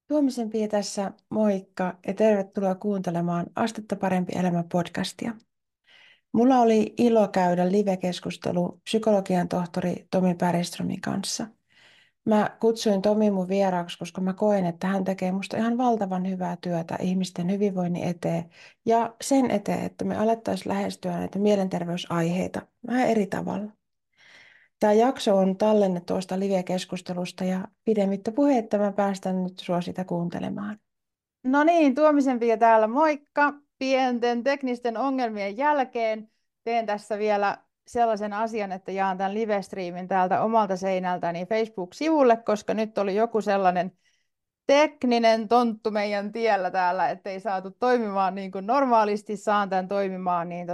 Tuomisen Pia tässä, moikka ja tervetuloa kuuntelemaan Astetta parempi elämä podcastia. Mulla oli ilo käydä live-keskustelu psykologian tohtori Tomi Bergströmin kanssa. Mä kutsuin Tomi mun vieraaksi, koska mä koen, että hän tekee musta ihan valtavan hyvää työtä ihmisten hyvinvoinnin eteen ja sen eteen, että me alettaisiin lähestyä näitä mielenterveysaiheita vähän eri tavalla. Tämä jakso on tallennettu tuosta live-keskustelusta ja pidemmittä puheitta mä päästän nyt sua sitä kuuntelemaan. No niin, Tuomisen Pia täällä, moikka! Pienten teknisten ongelmien jälkeen teen tässä vielä sellaisen asian, että jaan tämän live-streamin täältä omalta seinältäni Facebook-sivulle, koska nyt oli joku sellainen tekninen tonttu meidän tiellä täällä, ettei saatu toimimaan niin kuin normaalisti saan tämän toimimaan, niin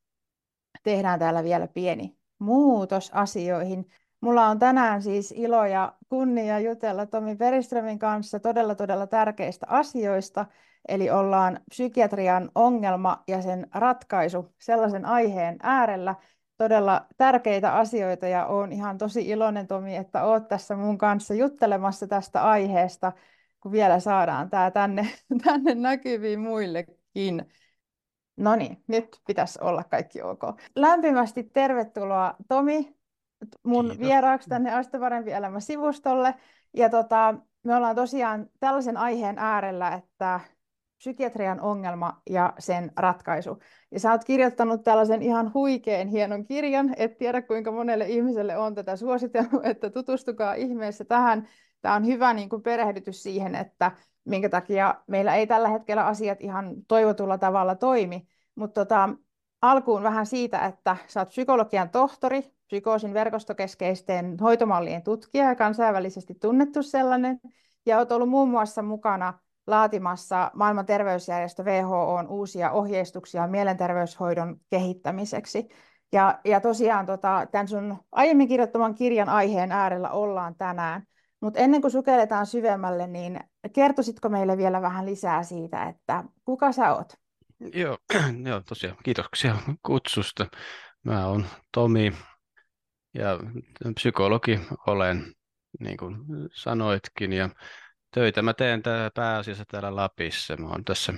tehdään täällä vielä pieni muutos asioihin. Mulla on tänään siis ilo ja kunnia jutella Tomi Bergströmin kanssa todella tärkeistä asioista. Eli ollaan psykiatrian ongelma ja sen ratkaisu sellaisen aiheen äärellä. Todella tärkeitä asioita ja olen ihan tosi iloinen, Tomi, että oot tässä mun kanssa juttelemassa tästä aiheesta, kun vielä saadaan tämä tänne näkyviin muillekin. No niin, nyt pitäisi olla kaikki ok. Lämpimästi tervetuloa Tomi mun Kiitos. vieraaksi tänne Asta parempi elämä -sivustolle. Ja me ollaan tosiaan tällaisen aiheen äärellä, että psykiatrian ongelma ja sen ratkaisu. Ja sä oot kirjoittanut tällaisen ihan huikean hienon kirjan, et tiedä kuinka monelle ihmiselle on tätä suositellut, että tutustukaa ihmeessä tähän. Tämä on hyvä niin kuin perehdytys siihen, että minkä takia meillä ei tällä hetkellä asiat ihan toivotulla tavalla toimi. Mutta alkuun vähän siitä, että sä oot psykologian tohtori, psykoosin verkostokeskeisten hoitomallien tutkija ja kansainvälisesti tunnettu sellainen, ja olet ollut muun muassa mukana laatimassa maailman terveysjärjestö WHO:n uusia ohjeistuksia mielenterveyshoidon kehittämiseksi. Ja tosiaan tämän sun aiemmin kirjoittaman kirjan aiheen äärellä ollaan tänään. Mutta ennen kuin sukelletaan syvemmälle, niin kertoisitko meille vielä vähän lisää siitä, että kuka sä oot? Joo, joo, tosiaan kiitoksia kutsusta. Mä oon Tomi ja psykologi olen, niin kuin sanoitkin, ja töitä mä teen pääasiassa täällä Lapissa. Mä oon tässä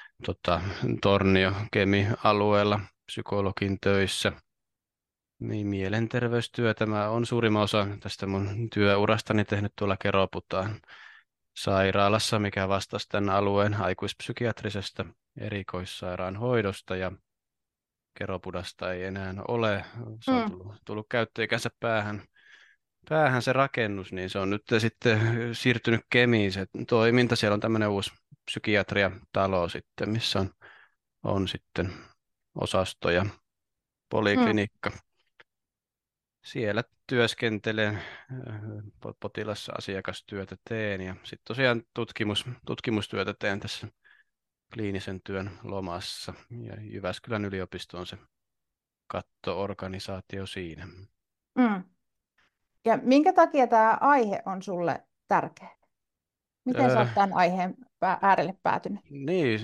Tornio-Kemi-alueella psykologin töissä. Niin, mielenterveystyötä mä oon suurimman osa tästä mun työurastani tehnyt tuolla Keroputaan sairaalassa, mikä vastasi tämän alueen aikuispsykiatrisesta erikoissairaanhoidosta, ja Keropudasta ei enää ole. Se on tullut käyttöikänsä päähän se rakennus, niin se on nyt sitten siirtynyt Kemiin se toiminta. Siellä on tämmöinen uusi psykiatriatalo sitten, missä on sitten osasto ja poliklinikka. Siellä työskentelen, potilasasiakastyötä teen ja sitten tosiaan tutkimustyötä teen tässä kliinisen työn lomassa. Ja Jyväskylän yliopisto on se katto-organisaatio siinä. Mm. Ja minkä takia tämä aihe on sulle tärkeä? Miten sä oot tämän aiheen äärelle päätynyt? Niin,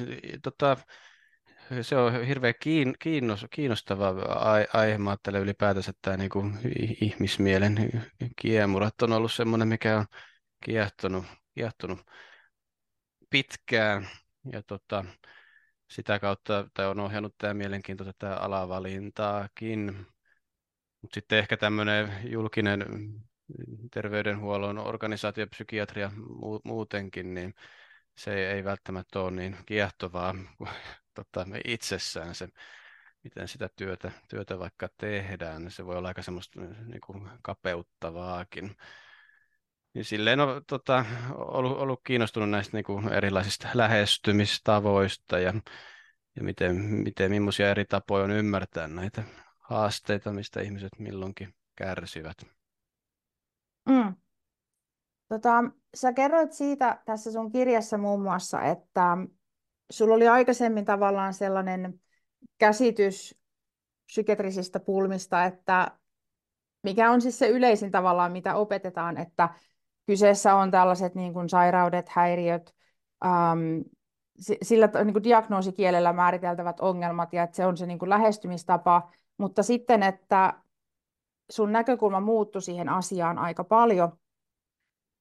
se on hirveän kiinnostava aihe. Mä ajattelen ylipäätänsä, että tämä niinku ihmismielen kiemurat on ollut semmoinen, mikä on kiehtonut pitkään. Ja sitä kautta tai on ohjannut tämä mielenkiinto tätä alavalintaakin. Mutta sitten ehkä tämmöinen julkinen terveydenhuollon organisaatio, psykiatria muutenkin, niin se ei välttämättä ole niin kiehtovaa itsessään se, miten sitä työtä vaikka tehdään. Se voi olla aika semmoista niin kuin kapeuttavaakin. Niin silleen on ollut kiinnostunut näistä niin kuin erilaisista lähestymistavoista ja millaisia eri tapoja on ymmärtää näitä haasteita, mistä ihmiset milloinkin kärsivät. Mm. Sä kerroit siitä tässä sun kirjassa muun muassa, että sulla oli aikaisemmin tavallaan sellainen käsitys psykiatrisista pulmista, että mikä on siis se yleisin tavallaan, mitä opetetaan, että kyseessä on tällaiset niin kuin sairaudet, häiriöt, sillä niin kuin diagnoosikielellä määriteltävät ongelmat ja että se on se niin kuin lähestymistapa, mutta sitten, että sun näkökulma muuttui siihen asiaan aika paljon.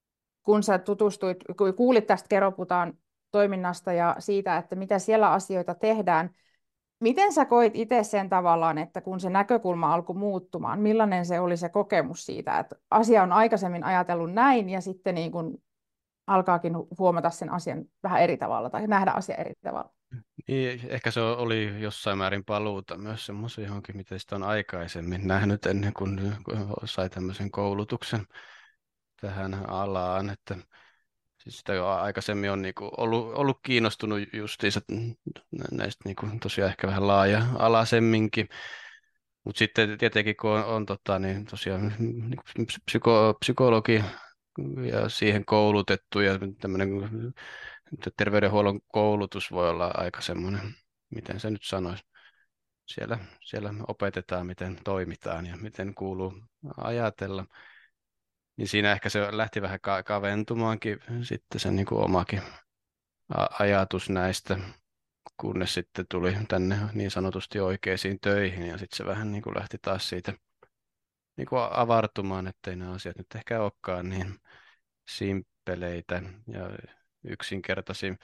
kun sä kun kuulit tästä Keroputaan toiminnasta ja siitä, että mitä siellä asioita tehdään, miten sä koit itse sen tavallaan, että kun se näkökulma alkoi muuttumaan, millainen se oli se kokemus siitä, että asia on aikaisemmin ajatellut näin ja sitten niin kun alkaakin huomata sen asian vähän eri tavalla tai nähdä asia eri tavalla? Niin, ehkä se oli jossain määrin paluuta myös semmoisen johonkin, miten sitä on aikaisemmin nähnyt ennen kuin sai tämmöisen koulutuksen tähän alaan, että siis sitä jo aikaisemmin on niinku ollut kiinnostunut justiinsa näistä niinku tosiaan ehkä vähän laaja-alaisemminkin, mutta sitten tietenkin kun on niin tosiaan niinku psykologi ja siihen koulutettu ja tämmöinen terveydenhuollon koulutus voi olla aika semmoinen, miten se nyt sanoisi, siellä opetetaan, miten toimitaan ja miten kuuluu ajatella. Niin siinä ehkä se lähti vähän kaventumaankin sitten se niin kuin omakin ajatus näistä, kunnes sitten tuli tänne niin sanotusti oikeisiin töihin ja sitten se vähän niin kuin lähti taas siitä niin kuin avartumaan, ettei nämä asiat nyt ehkä olekaan niin simppeleitä ja yksinkertaisia.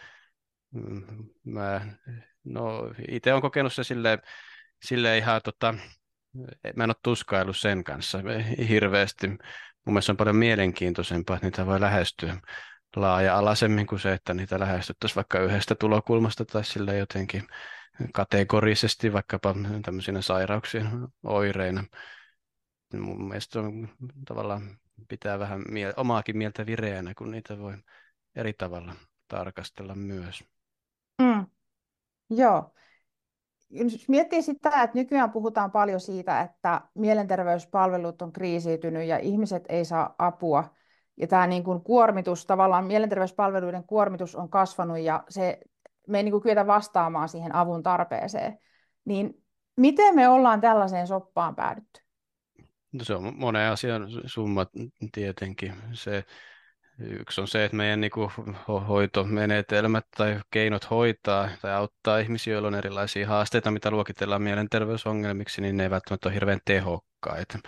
Mä, no, itse olen kokenut se sille ihan, mä en ole tuskaillut sen kanssa hirveästi. Mun mielestä on paljon mielenkiintoisempaa, että niitä voi lähestyä laaja-alaisemmin kuin se, että niitä lähestyttäisiin vaikka yhdestä tulokulmasta tai sille jotenkin kategorisesti, vaikkapa tämmöisinä sairauksien oireina. Mun mielestä on tavallaan pitää vähän omaakin mieltä vireänä, kun niitä voi eri tavalla tarkastella myös. Mm, joo. Jos miettii sitä, että nykyään puhutaan paljon siitä, että mielenterveyspalvelut on kriisiytynyt ja ihmiset ei saa apua. Ja tämä niin kuin kuormitus, tavallaan mielenterveyspalveluiden kuormitus on kasvanut ja me ei niin kuin kyetä vastaamaan siihen avun tarpeeseen. Niin miten me ollaan tällaiseen soppaan päädytty? No se on monen asian summa tietenkin. Yksi on se, että meidän niin kuin hoitomenetelmät tai keinot hoitaa tai auttaa ihmisiä, joilla on erilaisia haasteita, mitä luokitellaan mielenterveysongelmiksi, niin ne ei välttämättä ole hirveän tehokkaita.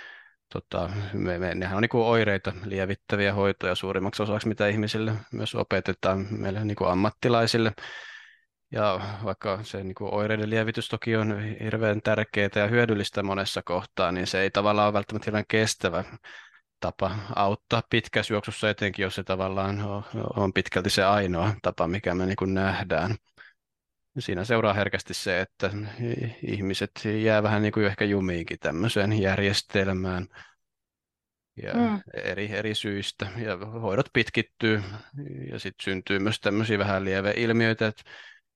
Nehän on niin kuin oireita lievittäviä hoitoja suurimmaksi osaksi, mitä ihmisille myös opetetaan meille niin kuin ammattilaisille. Ja vaikka se niin kuin oireiden lievitys toki on hirveän tärkeää ja hyödyllistä monessa kohtaa, niin se ei tavallaan ole välttämättä hirveän kestävä tapa auttaa pitkässä juoksussa, etenkin jos se tavallaan on pitkälti se ainoa tapa, mikä me niin kuin nähdään. Siinä seuraa herkästi se, että ihmiset jää vähän niin kuin ehkä jumiinkin tämmöiseen järjestelmään ja eri syistä. Ja hoidot pitkittyy ja sitten syntyy myös tämmöisiä vähän lieveilmiöitä, että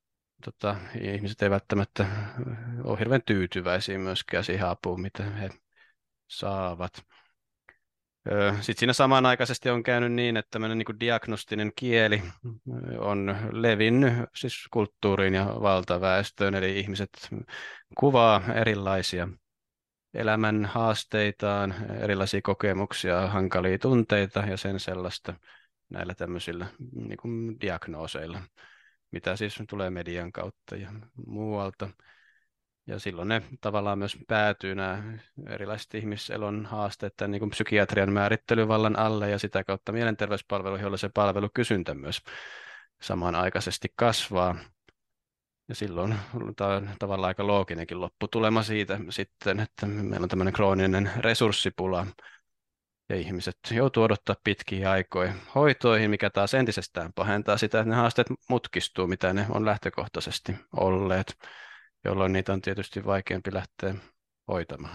ihmiset ei välttämättä ole hirveän tyytyväisiä myöskään siihen apuun, mitä he saavat. Sitten siinä samanaikaisesti on käynyt niin, että tämmöinen niin kuin diagnostinen kieli on levinnyt siis kulttuuriin ja valtaväestöön, eli ihmiset kuvaa erilaisia elämän haasteitaan, erilaisia kokemuksia, hankalia tunteita ja sen sellaista näillä tämmöisillä niin kuin diagnooseilla, mitä siis tulee median kautta ja muualta. Ja silloin ne tavallaan myös päätyy nämä erilaiset ihmiselon haasteet tämän niin kuin psykiatrian määrittelyvallan alle ja sitä kautta mielenterveyspalveluihin, joilla se palvelukysyntä myös samanaikaisesti kasvaa. Ja silloin tämä on tavallaan aika looginenkin lopputulema siitä sitten, että meillä on tämmöinen krooninen resurssipula ja ihmiset joutuu odottaa pitkiä aikoja hoitoihin, mikä taas entisestään pahentaa sitä, että ne haasteet mutkistuu, mitä ne on lähtökohtaisesti olleet, jolloin niitä on tietysti vaikeampi lähteä hoitamaan.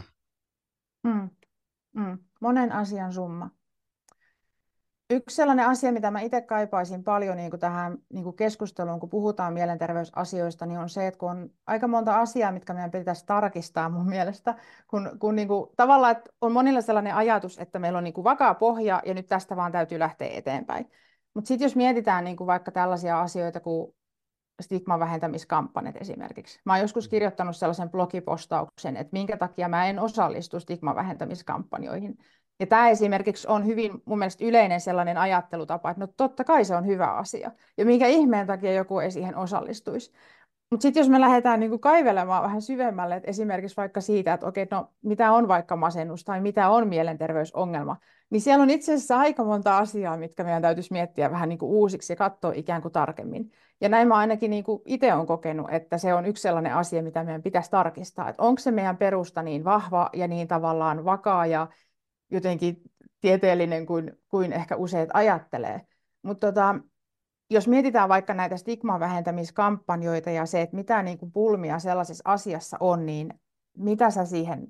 Monen asian summa. Yksi sellainen asia, mitä mä itse kaipaisin paljon niin kuin tähän niin kuin keskusteluun, kun puhutaan mielenterveysasioista, niin on se, että kun on aika monta asiaa, mitkä meidän pitäisi tarkistaa mun mielestä, kun niin kuin, tavallaan että on monilla sellainen ajatus, että meillä on niin kuin vakaa pohja ja nyt tästä vaan täytyy lähteä eteenpäin. Mutta sitten jos mietitään niin kuin vaikka tällaisia asioita kuin stigman vähentämiskampanjat esimerkiksi. Mä oon joskus kirjoittanut sellaisen blogipostauksen, että minkä takia mä en osallistu stigman vähentämiskampanjoihin. Ja tämä esimerkiksi on hyvin mun mielestä yleinen sellainen ajattelutapa, että no totta kai se on hyvä asia. Ja minkä ihmeen takia joku ei siihen osallistuisi. Mutta sitten jos me lähdetään niinku kaivelemaan vähän syvemmälle, että esimerkiksi vaikka siitä, että okei, no mitä on vaikka masennus tai mitä on mielenterveysongelma, niin siellä on itse asiassa aika monta asiaa, mitkä meidän täytyisi miettiä vähän niinku uusiksi ja katsoa ikään kuin tarkemmin. Ja näin mä ainakin niinku itse olen kokenut, että se on yksi sellainen asia, mitä meidän pitäisi tarkistaa, että onko se meidän perusta niin vahva ja niin tavallaan vakaa ja jotenkin tieteellinen kuin ehkä useat ajattelee. Mutta jos mietitään vaikka näitä stigman vähentämiskampanjoita ja se, että mitä niin kuin pulmia sellaisessa asiassa on, niin mitä sä siihen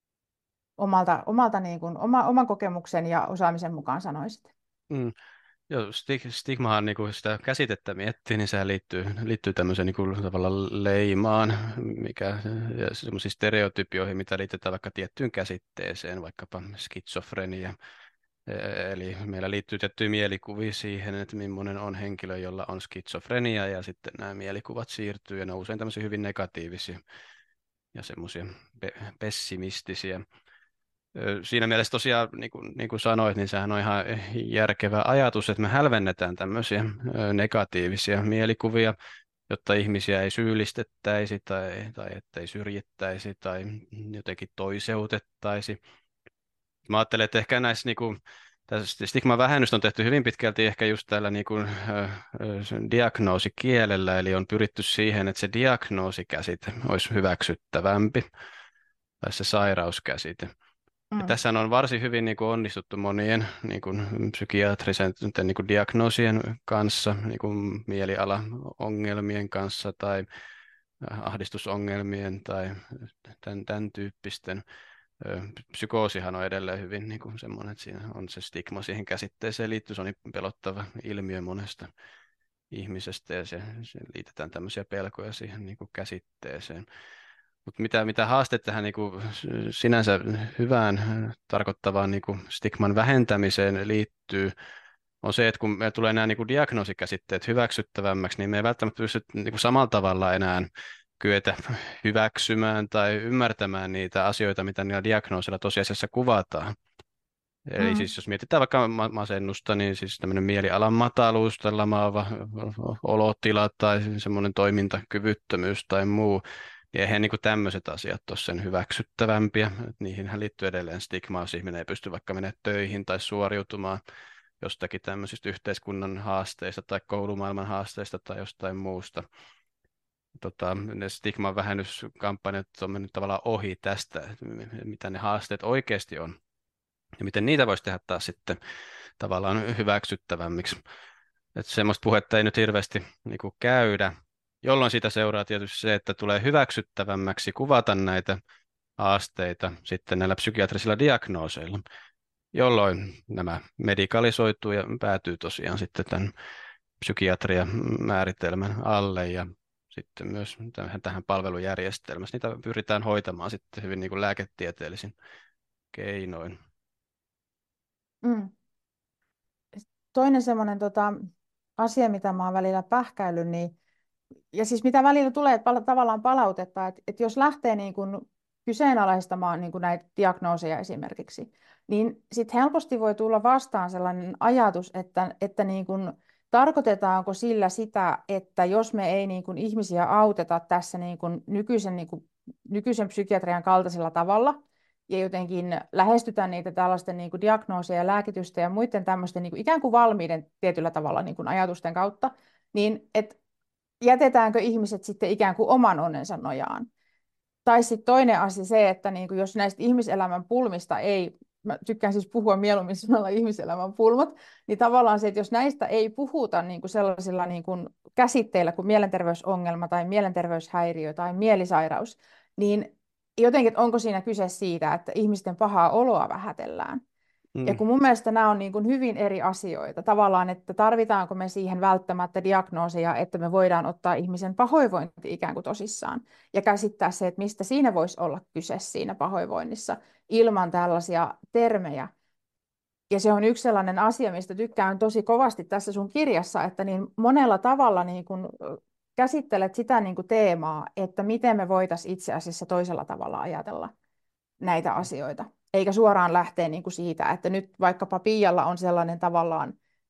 omalta niin kuin, oman kokemuksen ja osaamisen mukaan sanoisit? Mm. Joo, stigmahan, niin kuin sitä käsitettä miettii, niin sehän liittyy tämmöiseen niin kuin tavallaan leimaan, ja semmoisiin stereotypioihin, mitä liitetään vaikka tiettyyn käsitteeseen, vaikkapa skitsofrenia. Eli meillä liittyy tiettyjä mielikuvia siihen, että millainen on henkilö, jolla on skitsofrenia, ja sitten nämä mielikuvat siirtyy, ja ne on usein tämmöisiä hyvin negatiivisia ja semmoisia pessimistisiä. Siinä mielessä tosiaan, niin kuin sanoit, niin sehän on ihan järkevä ajatus, että me hälvennetään tämmöisiä negatiivisia mielikuvia, jotta ihmisiä ei syyllistettäisi tai ettei syrjittäisi tai jotenkin toiseutettaisi. Mä ajattelen, että ehkä näissä tässä stigman vähennystä on tehty hyvin pitkälti ehkä just tällä sen diagnoosikielellä, eli on pyritty siihen, että se diagnoosikäsite olisi hyväksyttävämpi, tai se sairauskäsite. Ja Mm. tässä on varsin hyvin onnistuttu monien psykiatrisen diagnoosien kanssa, mielialaongelmien kanssa tai ahdistusongelmien tai tämän tyyppisten. Psykoosihan on edelleen hyvin semmoinen, että siinä on se stigma siihen käsitteeseen liittyy, se on niin pelottava ilmiö monesta ihmisestä ja se liitetään tämmöisiä pelkoja siihen käsitteeseen. Mutta mitä haaste tähän sinänsä hyvään tarkoittavaan stigman vähentämiseen liittyy, on se, että kun meillä tulee nämä diagnoosikäsitteet hyväksyttävämmäksi, niin me ei välttämättä pysty samalla tavalla enää kyetä hyväksymään tai ymmärtämään niitä asioita, mitä niillä diagnoosilla tosiasiassa kuvataan. Eli Mm. siis jos mietitään vaikka masennusta, niin siis tämmöinen mielialan mataluus tai lamaava olotila tai semmoinen toimintakyvyttömyys tai muu, niin eihän tämmöiset asiat ole sen hyväksyttävämpiä. Niihinhän liittyy edelleen stigma, jos ihminen ei pysty vaikka menemään töihin tai suoriutumaan jostakin tämmöisistä yhteiskunnan haasteista tai koulumaailman haasteista tai jostain muusta. Ne stigman vähennyskampanjat on mennyt tavallaan ohi tästä, että mitä ne haasteet oikeasti on ja miten niitä voisi tehdä taas sitten tavallaan hyväksyttävämmiksi. Että semmoista puhetta ei nyt hirveästi käydä, jolloin siitä seuraa tietysti se, että tulee hyväksyttävämmäksi kuvata näitä haasteita sitten näillä psykiatrisilla diagnooseilla, jolloin nämä medikalisoituu ja päätyy tosiaan sitten tämän psykiatrian määritelmän alle ja sitten myös tähän palvelujärjestelmässä. Niitä pyritään hoitamaan sitten hyvin lääketieteellisin keinoin. Mm. Toinen semmoinen asia, mitä mä oon välillä pähkäillyt, niin ja siis mitä välillä tulee tavallaan palautetta, että jos lähtee niin kuin kyseenalaistamaan niin kuin näitä diagnooseja esimerkiksi, niin sitten helposti voi tulla vastaan sellainen ajatus, että niin kuin, tarkoitetaanko sillä sitä, että jos me ei niin kuin ihmisiä auteta tässä nykyisen psykiatrian kaltaisella tavalla, ja jotenkin lähestytään niitä tällaisten niin kuin diagnooseja, lääkitystä ja muiden tämmöisten niin kuin ikään kuin valmiiden tietyllä tavalla niin kuin ajatusten kautta, niin että jätetäänkö ihmiset sitten ikään kuin oman onnensa nojaan. Tai sitten toinen asia se, että niin kuin jos näistä ihmiselämän pulmista ei, mä tykkään siis puhua mieluummin sanalla ihmiselämän pulmat, niin tavallaan se, että jos näistä ei puhuta niin kuin sellaisilla niin kuin käsitteillä kuin mielenterveysongelma tai mielenterveyshäiriö tai mielisairaus, niin jotenkin, että onko siinä kyse siitä, että ihmisten pahaa oloa vähätellään. Ja Mm. kun mun mielestä nämä on niin kuin hyvin eri asioita, tavallaan, että tarvitaanko me siihen välttämättä diagnooseja, että me voidaan ottaa ihmisen pahoinvointi ikään kuin tosissaan ja käsittää se, että mistä siinä voisi olla kyse siinä pahoinvoinnissa ilman tällaisia termejä. Ja se on yksi sellainen asia, mistä tykkään tosi kovasti tässä sun kirjassa, että niin monella tavalla niin kuin käsittelet sitä niin kuin teemaa, että miten me voitaisiin itse asiassa toisella tavalla ajatella näitä asioita, eikä suoraan lähteä niin kuin siitä, että nyt vaikkapa Piialla on sellainen tavallaan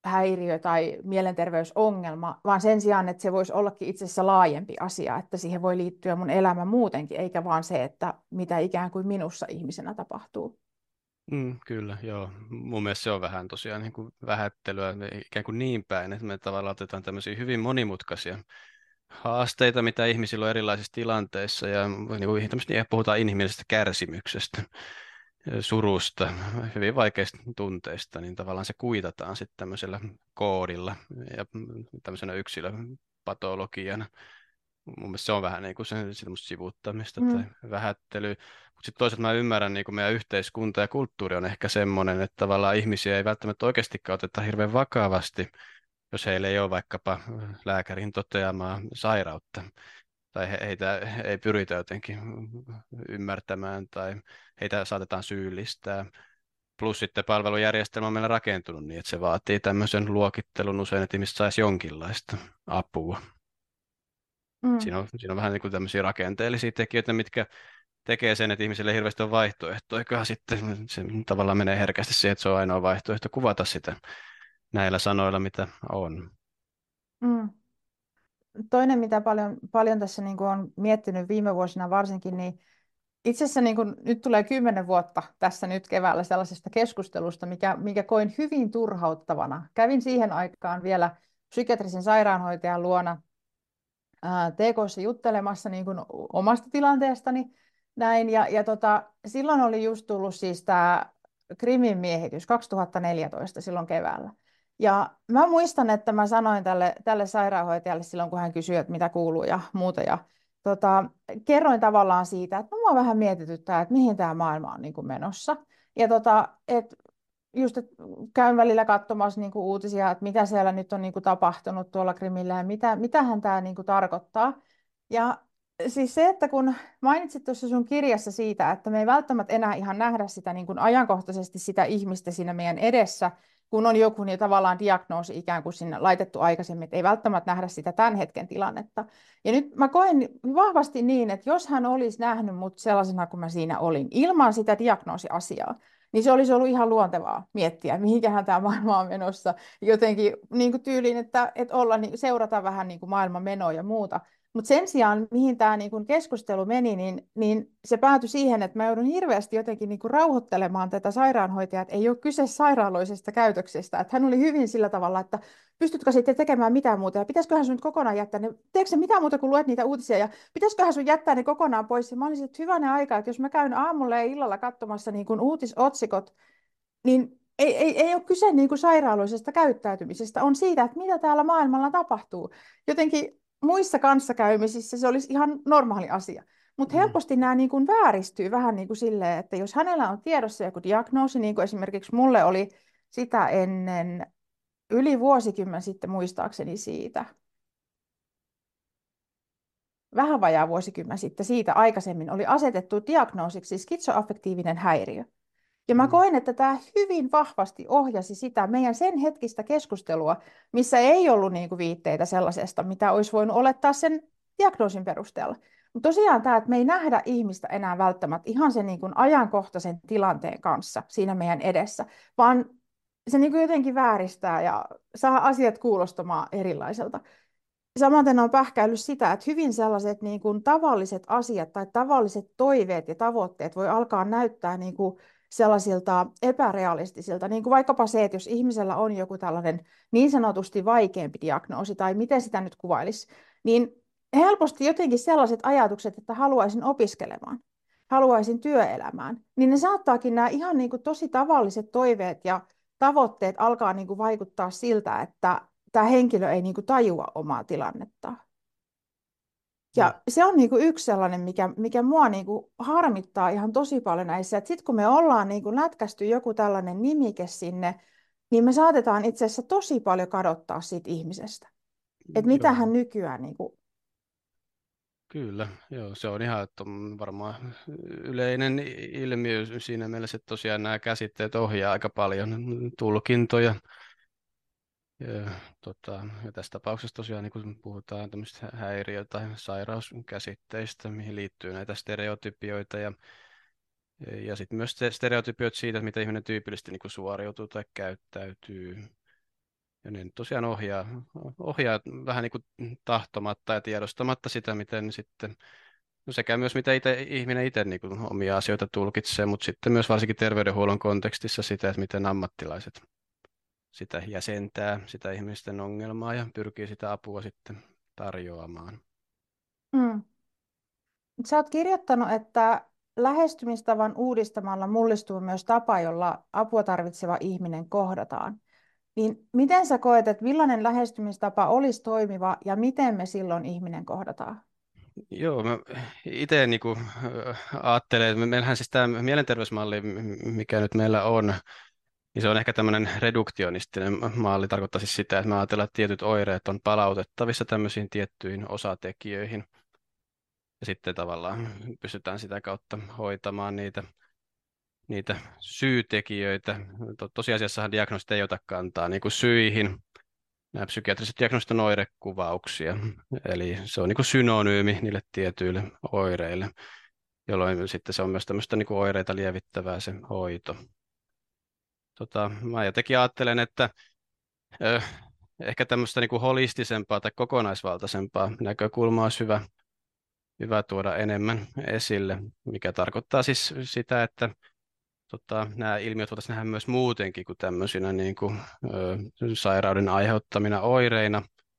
häiriö tai mielenterveysongelma, vaan sen sijaan, että se voisi ollakin itse asiassa laajempi asia, että siihen voi liittyä mun elämä muutenkin, eikä vaan se, että mitä ikään kuin minussa ihmisenä tapahtuu. Kyllä, joo. Mun mielestä se on vähän tosiaan niin kuin vähättelyä ikään kuin niin päin, että me tavallaan otetaan tämmöisiä hyvin monimutkaisia haasteita, mitä ihmisillä on erilaisissa tilanteissa, ja niin kuin puhutaan inhimillisestä kärsimyksestä, surusta, hyvin vaikeista tunteista, niin tavallaan se kuitataan sitten tämmöisellä koodilla ja tämmöisenä yksilöpatologiana. Mun mielestä se on vähän niin kuin semmoista sivuuttamista tai vähättelyä. Mutta sitten toisaalta mä ymmärrän, niin kuin meidän yhteiskunta ja kulttuuri on ehkä semmoinen, että tavallaan ihmisiä ei välttämättä oikeastikaan oteta hirveän vakavasti, jos heillä ei ole vaikkapa lääkärin toteamaa sairautta. Tai heitä ei pyritä jotenkin ymmärtämään tai heitä saatetaan syyllistää. Plus sitten palvelujärjestelmä on meillä rakentunut niin, että se vaatii tämmöisen luokittelun usein, että ihmiset saisi jonkinlaista apua. Siinä on vähän niin kuin tämmöisiä rakenteellisia tekijöitä, mitkä tekee sen, että ihmisille ei hirveästi ole vaihtoehtoja. Sitten se tavallaan menee herkästi siihen, että se on ainoa vaihtoehto kuvata sitä näillä sanoilla, mitä on. Mm. Toinen, mitä paljon tässä niin kuin on miettinyt viime vuosina varsinkin, niin itse asiassa niin kuin nyt tulee 10 vuotta tässä nyt keväällä sellaisesta keskustelusta, mikä koin hyvin turhauttavana. Kävin siihen aikaan vielä psykiatrisen sairaanhoitajan luona TK:ssa juttelemassa niin kuin omasta tilanteestani näin. Silloin oli just tullut siis tämä Krimin miehitys 2014 silloin keväällä. Ja mä muistan, että mä sanoin tälle sairaanhoitajalle silloin, kun hän kysyi, että mitä kuuluu ja muuta. Ja kerroin tavallaan siitä, että mua vähän mietityttää, että mihin tämä maailma on niin kuin menossa. Ja just, että käyn välillä katsomassa niin kuin uutisia, että mitä siellä nyt on niin kuin tapahtunut tuolla Krimillä ja mitähän tämä niin kuin tarkoittaa. Ja siis se, että kun mainitsit tuossa sun kirjassa siitä, että me ei välttämättä enää ihan nähdä sitä niin kuin ajankohtaisesti sitä ihmistä siinä meidän edessä, kun on joku niin tavallaan diagnoosi ikään kuin sinne laitettu aikaisemmin, että ei välttämättä nähdä sitä tämän hetken tilannetta. Ja nyt mä koen vahvasti niin, että jos hän olisi nähnyt mut sellaisena kuin mä siinä olin, ilman sitä diagnoosiasiaa, niin se olisi ollut ihan luontevaa miettiä, mihinkähän tämä maailma on menossa. Jotenkin niin kuin tyyliin, että olla, niin, seurata vähän niin kuin maailman menoa ja muuta. Mutta sen sijaan, mihin tämä niin kuin keskustelu meni, niin se päätyi siihen, että mä joudun hirveästi jotenkin niin kuin rauhoittelemaan tätä sairaanhoitajaa, että ei ole kyse sairaaloisesta käytöksestä. Että hän oli hyvin sillä tavalla, että pystytkö sitten tekemään mitään muuta ja pitäisiköhän sun nyt kokonaan jättää ne, teekö se mitään muuta kuin luet niitä uutisia ja pitäisiköhän sun jättää ne kokonaan pois. Ja mä olisin, että hyvänen aika, että jos mä käyn aamulla ja illalla katsomassa niin kuin uutisotsikot, niin ei ole kyse niin kuin sairaaloisesta käyttäytymisestä, on siitä, että mitä täällä maailmalla tapahtuu. Jotenkin muissa kanssakäymisissä se olisi ihan normaali asia. Mutta helposti nämä niin kuin vääristyy vähän niin kuin silleen, että jos hänellä on tiedossa joku diagnoosi, niin kuin esimerkiksi mulle oli sitä ennen yli vuosikymmen sitten muistaakseni siitä, vähän vajaa vuosikymmen sitten siitä aikaisemmin oli asetettu diagnoosiksi skizoaffektiivinen häiriö. Ja mä koen, että tämä hyvin vahvasti ohjasi sitä meidän sen hetkistä keskustelua, missä ei ollut niinku viitteitä sellaisesta, mitä olisi voinut olettaa sen diagnoosin perusteella. Mutta tosiaan tämä, että me ei nähdä ihmistä enää välttämättä ihan sen niinku ajankohtaisen tilanteen kanssa siinä meidän edessä, vaan se niinku jotenkin vääristää ja saa asiat kuulostamaan erilaiselta. Samaten on pähkäillyt sitä, että hyvin sellaiset niin kuin tavalliset asiat tai tavalliset toiveet ja tavoitteet voi alkaa näyttää niin kuin sellaisilta epärealistisilta, niin kuin vaikkapa se, että jos ihmisellä on joku tällainen niin sanotusti vaikeampi diagnoosi, tai miten sitä nyt kuvailisi, niin helposti jotenkin sellaiset ajatukset, että haluaisin opiskelemaan, haluaisin työelämään, niin ne saattaakin nämä ihan niin kuin tosi tavalliset toiveet ja tavoitteet alkaa niin kuin vaikuttaa siltä, että tämä henkilö ei niin kuin tajua omaa tilannettaan. Ja se on niin kuin yksi sellainen, mikä mua niin kuin harmittaa ihan tosi paljon näissä. Sitten kun me ollaan niin kuin lätkästy joku tällainen nimike sinne, niin me saatetaan itse asiassa tosi paljon kadottaa siitä ihmisestä. Että mitä Joo. hän nykyään... Niin kuin... Kyllä, joo, se on ihan että on varmaan yleinen ilmiö siinä mielessä, että tosiaan nämä käsitteet ohjaa aika paljon tulkintoja. Ja tässä tapauksessa tosiaan niin kun puhutaan tämmöistä häiriö- tai sairauskäsitteistä, mihin liittyy näitä stereotypioita ja sitten myös stereotypioita siitä, että miten ihminen tyypillisesti niin kuin suoriutuu tai käyttäytyy. Ja ne nyt tosiaan ohjaa vähän niin kuin tahtomatta ja tiedostamatta sitä, miten sitten, no sekä myös mitä ihminen itse niin kuin omia asioita tulkitsee, mutta sitten myös varsinkin terveydenhuollon kontekstissa sitä, että miten ammattilaiset sitä jäsentää, sitä ihmisten ongelmaa ja pyrkii sitä apua sitten tarjoamaan. Mm. Sä oot kirjoittanut, että lähestymistavan uudistamalla mullistuu myös tapa, jolla apua tarvitseva ihminen kohdataan. Niin miten sä koet, että millainen lähestymistapa olisi toimiva ja miten me silloin ihminen kohdataan? Joo, mä itse niin kuin, ajattelen, että meillähän siis tämä mielenterveysmalli, mikä nyt meillä on, niin se on ehkä tämmöinen reduktionistinen malli, tarkoittaa siis sitä, että me ajatellaan, että tietyt oireet on palautettavissa tämmöisiin tiettyihin osatekijöihin, ja sitten tavallaan pystytään sitä kautta hoitamaan niitä syytekijöitä. Tosiasiassahan diagnoosit ei ota kantaa niin kuin syihin. Nämä psykiatriset diagnoosit on oirekuvauksia, eli se on niin kuin synonyymi niille tietyille oireille, jolloin sitten se on myös tämmöistä niin kuin oireita lievittävää se hoito. Mä jotenkin ajattelen, että ö, ehkä tämmöistä niin kuin holistisempaa tai kokonaisvaltaisempaa näkökulmaa olisi hyvä tuoda enemmän esille, mikä tarkoittaa siis sitä, että nämä ilmiöt voitaisiin nähdä myös muutenkin kuin tämmöisinä niin kuin, sairauden aiheuttamina oireina.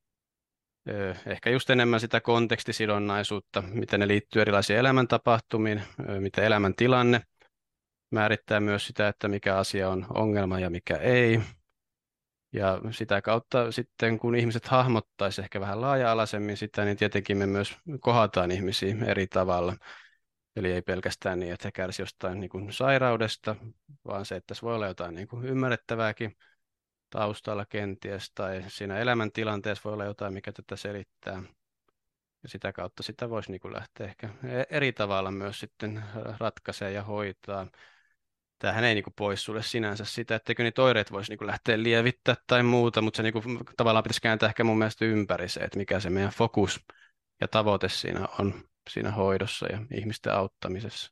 Ehkä just enemmän sitä kontekstisidonnaisuutta, miten ne liittyy erilaisiin elämäntapahtumiin, miten elämäntilanne määrittää myös sitä, että mikä asia on ongelma ja mikä ei. Ja sitä kautta sitten, kun ihmiset hahmottaisi ehkä vähän laaja-alaisemmin sitä, niin tietenkin me myös kohdataan ihmisiä eri tavalla. Eli ei pelkästään niin, että he kärsivät jostain niin kuin sairaudesta, vaan se, että tässä voi olla jotain niin kuin ymmärrettävääkin taustalla kenties, tai siinä elämäntilanteessa voi olla jotain, mikä tätä selittää. Ja sitä kautta sitä voisi niin kuin lähteä ehkä eri tavalla myös sitten ratkaisemaan ja hoitaa. Tämähän ei niin kuin poissulje sinänsä sitä, etteikö niitä oireet voisi niin kuin lähteä lievittämään tai muuta, mutta se niin kuin tavallaan pitäisi kääntää ehkä mun mielestä ympäri se, että mikä se meidän fokus ja tavoite siinä on siinä hoidossa ja ihmisten auttamisessa.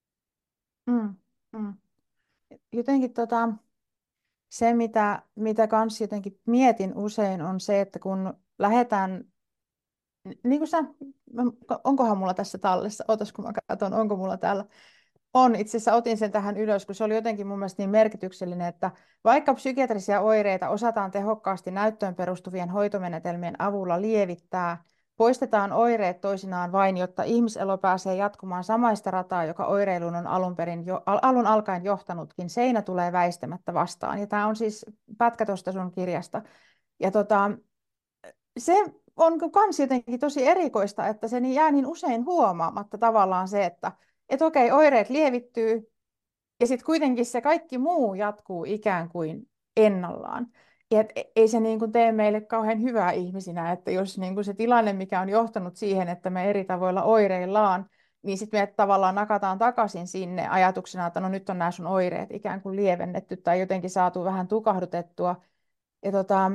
Mm, mm. Jotenkin se, mitä kans jotenkin mietin usein, on se, että kun lähdetään, niin kuin onkohan mulla tässä tallessa, ootas kun mä katson, onko mulla täällä. On, itse asiassa otin sen tähän ylös, kun se oli jotenkin mun mielestä niin merkityksellinen, että vaikka psykiatrisia oireita osataan tehokkaasti näyttöön perustuvien hoitomenetelmien avulla lievittää, poistetaan oireet toisinaan vain, jotta ihmiselo pääsee jatkumaan samaista rataa, joka oireiluun on alun alkaen johtanutkin. Seinä tulee väistämättä vastaan. Ja tämä on siis pätkä tuosta sun kirjasta. Ja se on kans jotenkin tosi erikoista, että se jää niin usein huomaamatta tavallaan se, että okei, oireet lievittyy ja sitten kuitenkin se kaikki muu jatkuu ikään kuin ennallaan. Ja ei se niin kuin tee meille kauhean hyvää ihmisinä, että jos niin kuin se tilanne, mikä on johtanut siihen, että me eri tavoilla oireillaan, niin sitten me tavallaan nakataan takaisin sinne ajatuksena, että no nyt on nämä sun oireet ikään kuin lievennetty tai jotenkin saatu vähän tukahdutettua. Ja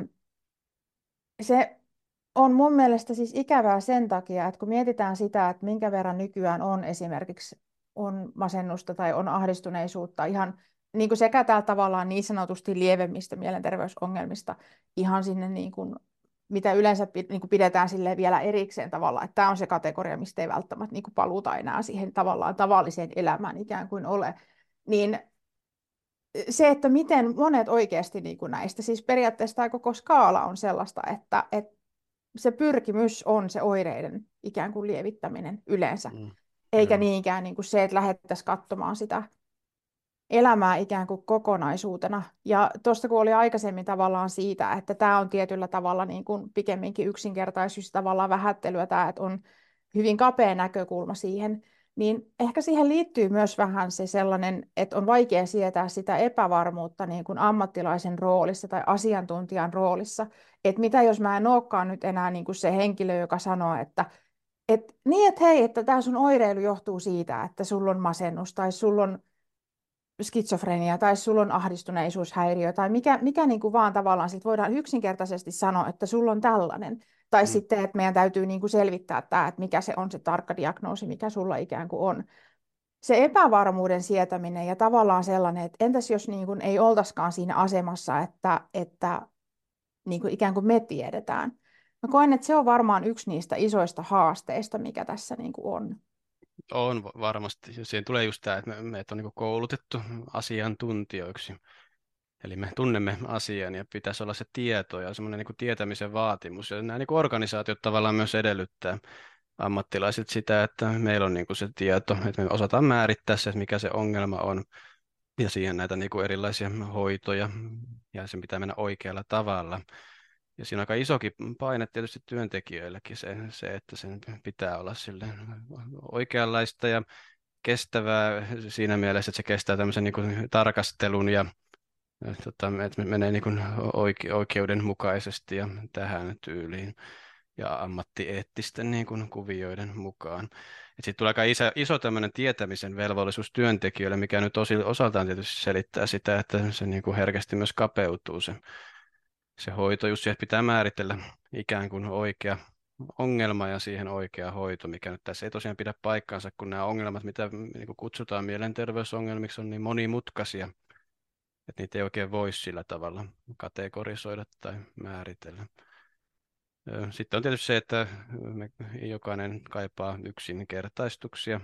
se on mun mielestä siis ikävää sen takia, että kun mietitään sitä, että minkä verran nykyään on esimerkiksi on masennusta tai on ahdistuneisuutta ihan niin kuin sekä täällä tavallaan niin sanotusti lievemmistä mielenterveysongelmista ihan sinne niin kuin, mitä yleensä niin kuin pidetään sille vielä erikseen tavallaan, että tämä on se kategoria, mistä ei välttämättä niin kuin paluuta enää siihen tavallaan tavalliseen elämään ikään kuin ole, niin se, että miten monet oikeasti niin kuin näistä, siis periaatteessa tämä koko skaala on sellaista, että se pyrkimys on se oireiden ikään kuin lievittäminen yleensä, eikä Joo. niinkään niin kuin se, että lähdettäisiin katsomaan sitä elämää ikään kuin kokonaisuutena. Ja tuosta kun oli aikaisemmin tavallaan siitä, että tämä on tietyllä tavalla niin kuin pikemminkin yksinkertaisuus, tavallaan vähättelyä, tämä, että on hyvin kapea näkökulma siihen, niin ehkä siihen liittyy myös vähän se sellainen, että on vaikea sietää sitä epävarmuutta niin kuin ammattilaisen roolissa tai asiantuntijan roolissa, että mitä jos mä en olekaan nyt enää niin kuin se henkilö, joka sanoo, että niin, että hei, että tämä sun oireilu johtuu siitä, että sulla on masennus tai sulla on skitsofrenia tai sulla on ahdistuneisuushäiriö tai mikä niin kuin vaan tavallaan sit voidaan yksinkertaisesti sanoa, että sulla on tällainen. Tai Mm. sitten, että meidän täytyy niin kuin selvittää tämä, että mikä se on se tarkka diagnoosi, mikä sulla ikään kuin on. Se epävarmuuden sietäminen ja tavallaan sellainen, että entäs jos niin kuin ei oltaisikaan siinä asemassa, että niin kuin ikään kuin me tiedetään. Mä koen, että se on varmaan yksi niistä isoista haasteista, mikä tässä niin kuin on. On varmasti. Ja siihen tulee just tämä, että meitä on niin koulutettu asiantuntijoiksi. Eli me tunnemme asian ja pitäisi olla se tieto ja semmoinen niin tietämisen vaatimus. Ja nämä niin organisaatiot tavallaan myös edellyttää ammattilaisilta sitä, että meillä on niin se tieto, että me osataan määrittää se, että mikä se ongelma on. Ja siihen näitä niin erilaisia hoitoja ja sen pitää mennä oikealla tavalla. Ja siinä on aika isokin paine tietysti työntekijöillekin se, että sen pitää olla sille oikeanlaista ja kestävää siinä mielessä, että se kestää tämmöisen niin kuin tarkastelun ja että menee niin kuin oikeudenmukaisesti ja tähän tyyliin ja ammattieettisten niin kuin kuvioiden mukaan. Sitten tulee aika iso tämmöinen tietämisen velvollisuus työntekijöille, mikä nyt osaltaan tietysti selittää sitä, että se niin kuin herkästi myös kapeutuu se hoito. Just siihen pitää määritellä ikään kuin oikea ongelma ja siihen oikea hoito, mikä nyt tässä ei tosiaan pidä paikkaansa, kun nämä ongelmat, mitä niin kuin kutsutaan mielenterveysongelmiksi, on niin monimutkaisia, että niitä ei oikein voi sillä tavalla kategorisoida tai määritellä. Sitten on tietysti se, että jokainen kaipaa yksinkertaistuksia.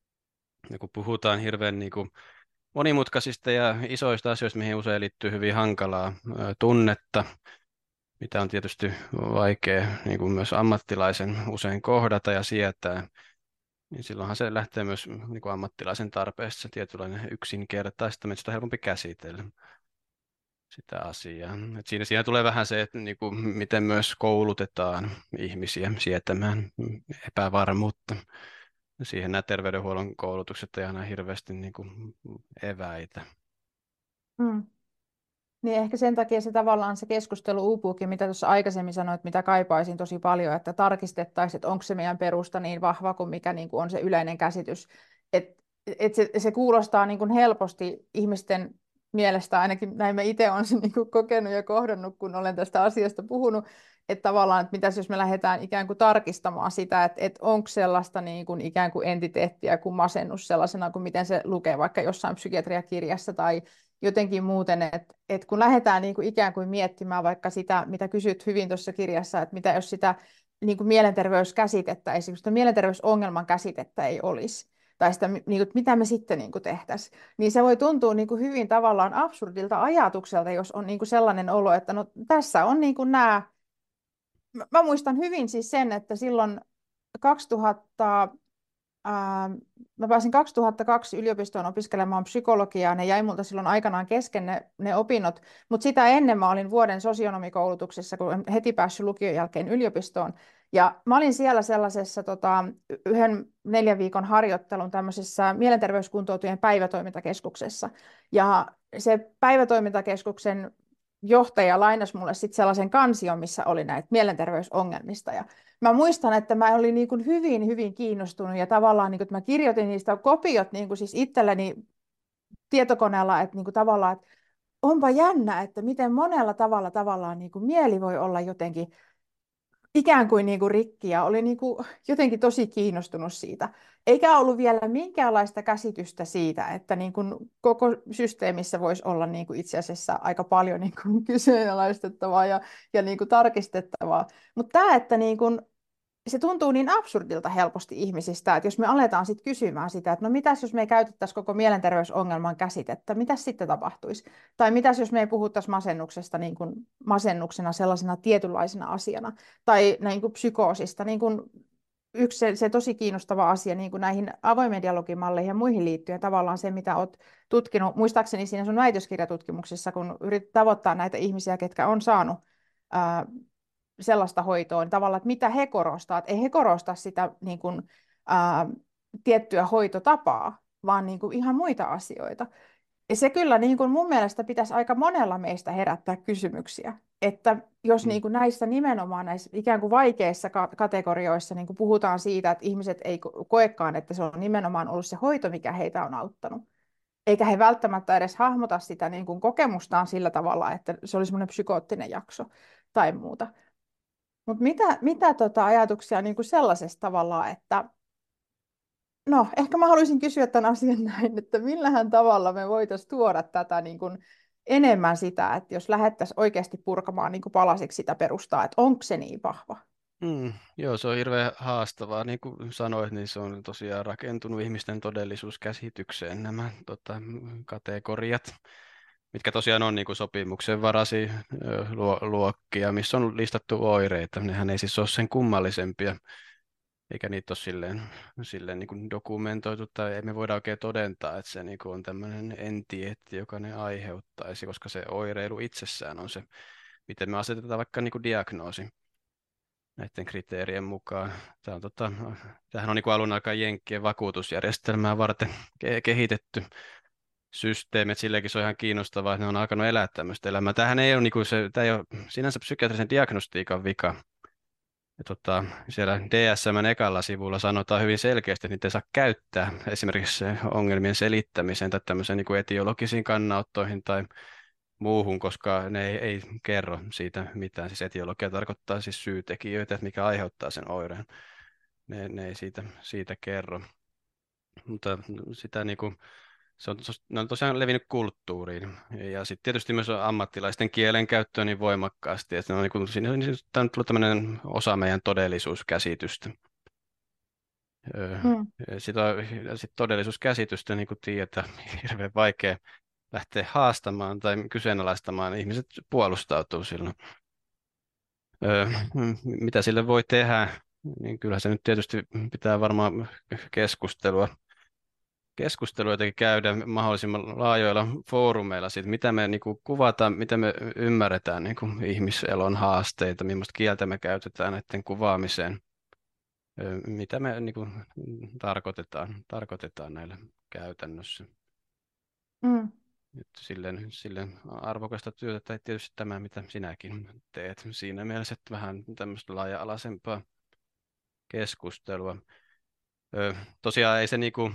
Ja kun puhutaan hirveän niin kuin monimutkaisista ja isoista asioista, mihin usein liittyy hyvin hankalaa tunnetta, mitä on tietysti vaikea niin kuin myös ammattilaisen usein kohdata ja sietää, niin silloinhan se lähtee myös niin kuin ammattilaisen tarpeesta se tietynlainen yksinkertaistaminen, sitä on helpompi käsitellä sitä asiaa. Et siinä tulee vähän se, että niin kuin, miten myös koulutetaan ihmisiä sietämään epävarmuutta. Siihen nämä terveydenhuollon koulutukset ei aina hirveästi niin kuin eväitä. Mm. Niin ehkä sen takia se tavallaan se keskustelu uupuukin, mitä tuossa aikaisemmin sanoit, mitä kaipaisin tosi paljon, että tarkistettaisiin, että onko se meidän perusta niin vahva kuin mikä niin kuin on se yleinen käsitys. Se kuulostaa niin kuin helposti ihmisten mielestä, ainakin näin mä itse olen sen niin kuin kokenut ja kohdannut, kun olen tästä asiasta puhunut, että tavallaan, että mitäs jos me lähdetään ikään kuin tarkistamaan sitä, että onko sellaista niin kuin ikään kuin entiteettiä kuin masennus sellaisena kuin miten se lukee vaikka jossain psykiatriakirjassa tai jotenkin muuten, että kun lähdetään niin kuin ikään kuin miettimään vaikka sitä, mitä kysyt hyvin tuossa kirjassa, että mitä jos sitä niin kuin mielenterveyskäsitettä, esimerkiksi sitä mielenterveysongelman käsitettä ei olisi, tai sitä, niin kuin, mitä me sitten niin kuin tehtäisiin, niin se voi tuntua niin kuin hyvin tavallaan absurdilta ajatukselta, jos on niin kuin sellainen olo, että no tässä on niin kuin nämä, mä muistan hyvin siis sen, että silloin 2000, mä pääsin 2002 yliopistoon opiskelemaan psykologiaa. Ne jäi multa silloin aikanaan kesken ne opinnot, mutta sitä ennen mä olin vuoden sosionomikoulutuksessa, kun en heti päässyt lukion jälkeen yliopistoon. Ja mä olin siellä sellaisessa yhden 4 viikon harjoittelun tämmöisessä mielenterveyskuntoutujien päivätoimintakeskuksessa. Ja se päivätoimintakeskuksen johtaja lainasi mulle sitten sellaisen kansion, missä oli näitä mielenterveysongelmista. Ja mä muistan, että mä olin niin kuin hyvin, hyvin kiinnostunut ja tavallaan niin kuin, että mä kirjoitin niistä kopiot niin kuin siis itselleni tietokoneella, että niin kuin tavallaan, että onpa jännä, että miten monella tavalla tavallaan niin kuin mieli voi olla jotenkin ikään kuin, rikki ja oli niin kuin jotenkin tosi kiinnostunut siitä. Eikä ollut vielä minkäänlaista käsitystä siitä, että niin kuin koko systeemissä voisi olla niin kuin itse asiassa aika paljon niin kuin kyseenalaistettavaa ja niin kuin tarkistettavaa. Mutta tämä, että niin kuin se tuntuu niin absurdilta helposti ihmisistä, että jos me aletaan sitten kysymään sitä, että no mitäs jos me ei käytettäisi koko mielenterveysongelman käsitettä, mitäs sitten tapahtuisi? Tai mitäs jos me ei puhuttaisi masennuksesta niin kuin masennuksena sellaisena tietynlaisena asiana, tai niin kuin psykoosista, niin kuin yksi se tosi kiinnostava asia niin kuin näihin avoimen dialogimalleihin ja muihin liittyen, tavallaan se, mitä olet tutkinut, muistaakseni siinä sun väitöskirjatutkimuksessa, kun yritit tavoittaa näitä ihmisiä, ketkä on saanut sellaista hoitoa, niin tavallaan, että mitä he korostaa. Että ei he korosta sitä niin kuin, tiettyä hoitotapaa, vaan niin kuin ihan muita asioita. Ja se kyllä niin kuin mun mielestä pitäisi aika monella meistä herättää kysymyksiä, että jos niin kuin näissä nimenomaan näissä ikään kuin vaikeissa kategorioissa niin kuin puhutaan siitä, että ihmiset ei koekaan, että se on nimenomaan ollut se hoito, mikä heitä on auttanut, eikä he välttämättä edes hahmota sitä niin kuin kokemustaan sillä tavalla, että se oli semmoinen psykoottinen jakso tai muuta. Mutta mitä ajatuksia niin kuin sellaisesta tavallaan, että no, ehkä mä haluaisin kysyä tämän asian näin, että millähän tavalla me voitaisiin tuoda tätä niin kuin enemmän sitä, että jos lähdettäisiin oikeasti purkamaan niin kuin palasiksi sitä perustaa, että onko se niin vahva. Joo, se on hirveän haastavaa. Niin kuin sanoit, niin se on tosiaan rakentunut ihmisten todellisuuskäsitykseen nämä kategoriat, mitkä tosiaan on niin kuin sopimuksenvaraisia luokkia, missä on listattu oireita. Nehän ei siis ole sen kummallisempia, eikä niitä ole silleen niin kuin dokumentoitu, tai ei me voida oikein todentaa, että se niin kuin on tämmöinen entiteetti, joka ne aiheuttaisi, koska se oireilu itsessään on se, miten me asetetaan vaikka niin kuin diagnoosi näiden kriteerien mukaan. Tämähän on niin kuin alun alkaen Jenkkien vakuutusjärjestelmää varten kehitetty systeemi, että sillekin se on ihan kiinnostavaa, että ne on alkanut elää tämmöistä elämää. Tämähän ei ole, niin kuin se, tämä ei ole sinänsä psykiatrisen diagnostiikan vika. Ja siellä DSM:n ekalla sivulla sanotaan hyvin selkeästi, että niitä ei saa käyttää esimerkiksi se ongelmien selittämiseen tai tämmöiseen niin kuin etiologisiin kannanottoihin tai muuhun, koska ne ei kerro siitä mitään. Siis etiologia tarkoittaa siis syytekijöitä, että mikä aiheuttaa sen oireen. Ne ei siitä kerro. Mutta sitä niin kuin, ne on tosiaan levinnyt kulttuuriin. Ja sitten tietysti myös ammattilaisten kielenkäyttöön niin voimakkaasti. Että ne on niin kuin, siinä on tullut tämmöinen osa meidän todellisuuskäsitystä. Sitten todellisuuskäsitystä, niin kuin tiedetään, hirveän vaikea lähteä haastamaan tai kyseenalaistamaan. Ihmiset puolustautuu silloin. Mitä sille voi tehdä? Niin kyllä se nyt tietysti pitää varmaan keskustelua jotenkin käydä mahdollisimman laajoilla foorumeilla siitä, mitä me niin kuin kuvataan, mitä me ymmärretään niin kuin ihmiselon haasteita, millaista kieltä me käytetään näiden kuvaamiseen, mitä me niin kuin tarkoitetaan näillä käytännössä. Silleen arvokasta työtä, tai tietysti tämä, mitä sinäkin teet. Siinä mielessä, että vähän tämmöistä laaja-alaisempaa keskustelua. Tosiaan ei se, niinku,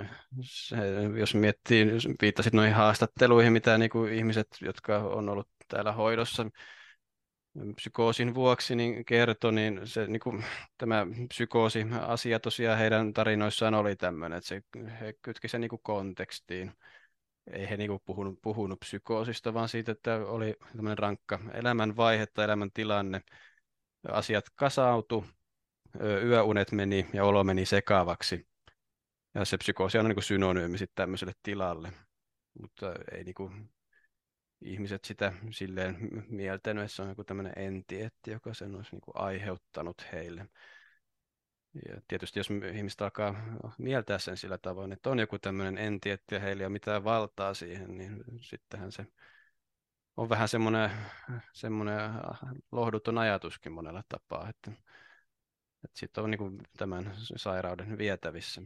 jos miettii, jos viittasit noihin haastatteluihin, mitä niinku ihmiset, jotka on ollut täällä hoidossa psykoosin vuoksi, niin kertoi, niin se, niinku, tämä psykoosi-asia tosiaan heidän tarinoissaan oli tämmöinen, että he kytki sen niinku kontekstiin. Ei he niinku puhunut psykoosista, vaan siitä, että oli tämmöinen rankka elämänvaihe tai elämäntilanne. Asiat kasautu, yöunet meni ja olo meni sekavaksi. Ja se psykoosi on niin kuin synonyymi sitten tämmöiselle tilalle. Mutta ei niin kuin ihmiset sitä silleen mieltänyt, että se on joku tämmöinen entiteetti, joka sen olisi niin kuin aiheuttanut heille. Ja tietysti jos ihmiset alkaa mieltää sen sillä tavoin, että on joku tämmöinen entiteetti ja heillä ei ole mitään valtaa siihen, niin sittenhän se on vähän semmoinen lohduton ajatuskin monella tapaa, että sitten on niin kuin tämän sairauden vietävissä,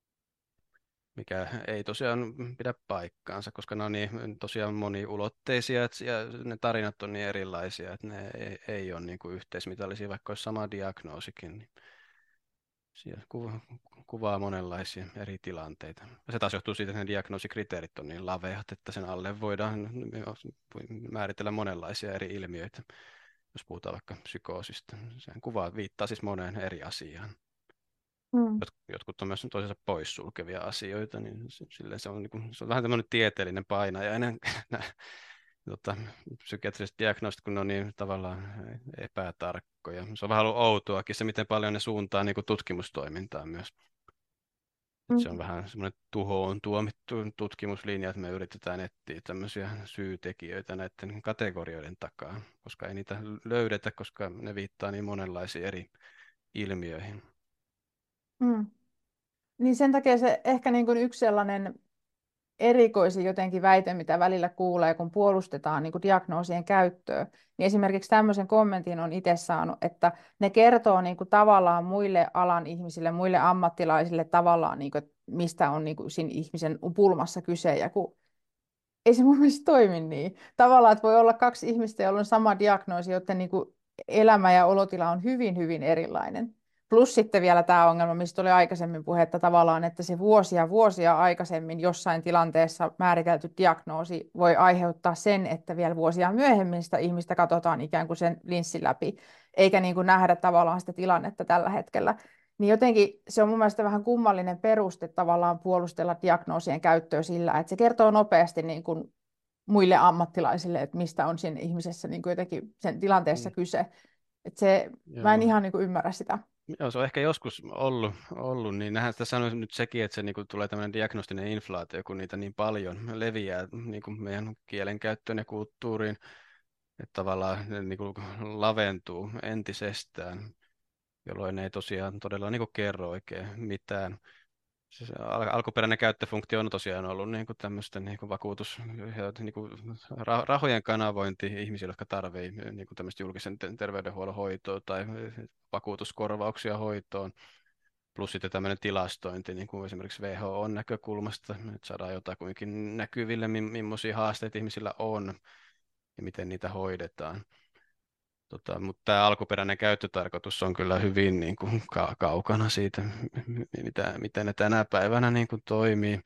mikä ei tosiaan pidä paikkaansa, koska ne on niin tosiaan moniulotteisia ja ne tarinat on niin erilaisia, että ne ei ole niin kuin yhteismitallisia, vaikka olisi sama diagnoosikin. Niin siellä kuvaa monenlaisia eri tilanteita. Ja se taas johtuu siitä, että ne diagnoosikriteerit on niin laveat, että sen alle voidaan määritellä monenlaisia eri ilmiöitä, jos puhutaan vaikka psykoosista. Sehän viittaa siis moneen eri asiaan. Jotkut on myös toisensa poissulkevia asioita, niin silleen se on vähän tämmöinen tieteellinen painajainen psykiatriset diagnoosit, kun ne on niin tavallaan epätarkkoja. Se on vähän ollut outoakin se, miten paljon ne suuntaa niin kuin tutkimustoimintaa myös. Se on vähän semmoinen tuhoon tuomittu tutkimuslinja, että me yritetään etsiä tämmöisiä syytekijöitä näiden kategorioiden takaa, koska ei niitä löydetä, koska ne viittaa niin monenlaisiin eri ilmiöihin. Niin sen takia se ehkä niin kuin yksi sellainen erikoisin jotenkin väite, mitä välillä kuulee, kun puolustetaan niin kuin diagnoosien käyttöä, niin esimerkiksi tämmöisen kommentin on itse saanut, että ne kertoo niin kuin tavallaan muille alan ihmisille, muille ammattilaisille tavallaan, niin kuin, mistä on niin kuin siinä ihmisen pulmassa kyse, ja kun ei se mun mielestä toimi niin. Tavallaan, että voi olla kaksi ihmistä, joilla on sama diagnoosi, joten niin kuin elämä ja olotila on hyvin, hyvin erilainen. Plus sitten vielä tämä ongelma, mistä oli aikaisemmin puhetta tavallaan, että se vuosia aikaisemmin jossain tilanteessa määritelty diagnoosi voi aiheuttaa sen, että vielä vuosia myöhemmin sitä ihmistä katsotaan ikään kuin sen linssin läpi, eikä niin kuin nähdä tavallaan sitä tilannetta tällä hetkellä. Niin jotenkin se on mun mielestä vähän kummallinen peruste tavallaan puolustella diagnoosien käyttöä sillä, että se kertoo nopeasti niin kuin muille ammattilaisille, että mistä on siinä ihmisessä niin kuin jotenkin sen tilanteessa Mm. kyse. Että se, mä en Joo. ihan niin kuin ymmärrä sitä. Joo, se on ehkä joskus ollut niin nähdään sitä sanoa nyt sekin, että se niin kuin tulee tämmöinen diagnostinen inflaatio, kun niitä niin paljon leviää niin kuin meidän kielenkäyttöön ja kulttuuriin, että tavallaan ne niin kuin laventuu entisestään, jolloin ei tosiaan todella niin kuin kerro oikein mitään. Se alkuperäinen käyttöfunktio on tosiaan ollut niin kuin tämmöisten niin kuin vakuutus- ja niin kuin rahojen kanavointi ihmisille, jotka tarvitsevat niin kuin tämmöistä julkisen terveydenhuollon hoitoa tai vakuutuskorvauksia hoitoon. Plus sitten tämmöinen tilastointi, niin kuin esimerkiksi WHO:n näkökulmasta, että saadaan jotakuinkin näkyville, millaisia haasteita ihmisillä on ja miten niitä hoidetaan. Mutta tämä alkuperäinen käyttötarkoitus on kyllä hyvin niin kuin kaukana siitä, miten ne tänä päivänä niin kuin toimii.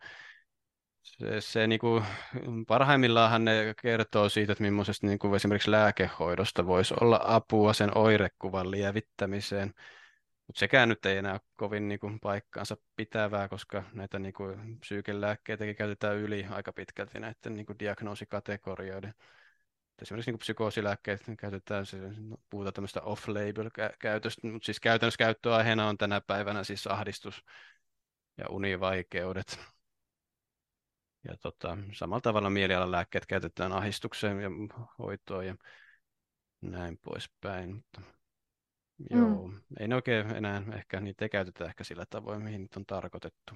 Se niin kuin, parhaimmillaanhan ne kertoo siitä, että millaisesta niin kuin esimerkiksi lääkehoidosta voisi olla apua sen oirekuvan lievittämiseen. Mutta sekään nyt ei enää ole kovin niin kuin, paikkaansa pitävää, koska näitä niin kuin, psyykelääkkeitäkin käytetään yli aika pitkälti näiden niin kuin, diagnoosikategorioiden. Esimerkiksi niin kuin psykoosilääkkeet käytetään, puhutaan tämmöistä off-label-käytöstä, mutta siis käytännössä käyttöaiheena on tänä päivänä siis ahdistus ja univaikeudet. Ja samalla tavalla mielialalääkkeet käytetään ahdistukseen ja hoitoon ja näin poispäin. Mutta Mm. joo, ei ne oikein enää ehkä, niitä ei käytetä ehkä sillä tavoin, mihin niitä on tarkoitettu.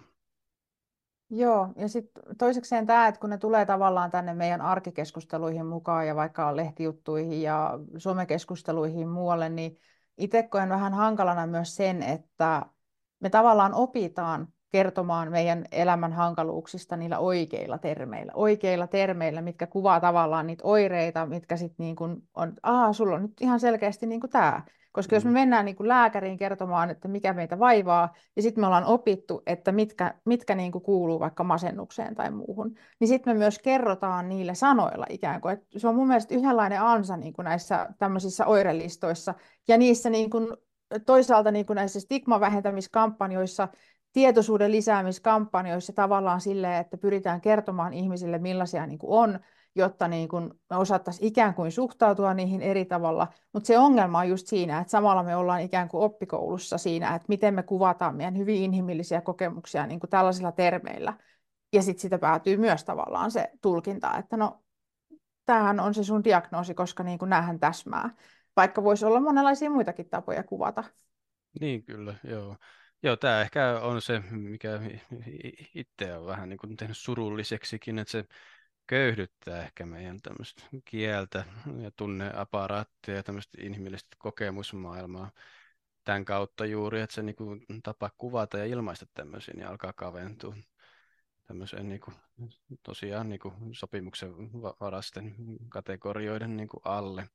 Joo, ja sitten toisekseen tämä, että kun ne tulee tavallaan tänne meidän arkikeskusteluihin mukaan ja vaikka lehtijuttuihin ja somekeskusteluihin muualle, niin itse koen vähän hankalana myös sen, että me tavallaan opitaan kertomaan meidän elämän hankaluuksista niillä oikeilla termeillä, mitkä kuvaa tavallaan niitä oireita, mitkä sitten niin kuin on, sulla on nyt ihan selkeästi niin kuin tämä. Koska jos me Mm. mennään niin kuin lääkäriin kertomaan, että mikä meitä vaivaa, ja sitten me ollaan opittu, että mitkä niin kuin kuuluu vaikka masennukseen tai muuhun, niin sitten me myös kerrotaan niillä sanoilla ikään kuin. Et se on mun mielestä yhdenlainen ansa niin kuin näissä tämmöisissä oirelistoissa, ja niissä niin kuin, toisaalta niin kuin näissä stigman vähentämiskampanjoissa, tietoisuuden lisäämiskampanjoissa tavallaan silleen, että pyritään kertomaan ihmisille, millaisia niin kuin on, jotta niin kuin me osattaisiin ikään kuin suhtautua niihin eri tavalla. Mutta se ongelma on just siinä, että samalla me ollaan ikään kuin oppikoulussa siinä, että miten me kuvataan meidän hyvin inhimillisiä kokemuksia niin kuin tällaisilla termeillä. Ja sitten sitä päätyy myös tavallaan se tulkinta, että no, tämähän on se sun diagnoosi, koska niin kuin näähän täsmää. Vaikka voisi olla monenlaisia muitakin tapoja kuvata. Niin kyllä, joo. Joo, tämä ehkä on se, mikä itseä on vähän niin kuin tehnyt surulliseksikin, että se köyhdyttää ehkä meidän tämmöistä kieltä ja tunneaparaattia ja tämmöistä inhimillistä kokemusmaailmaa tämän kautta juuri, että se niin kuin tapa kuvata ja ilmaista tämmöisiä niin alkaa kaventua tämmöiseen niin kuin, tosiaan niin kuin sopimuksen varasten kategorioiden niin kuin alle.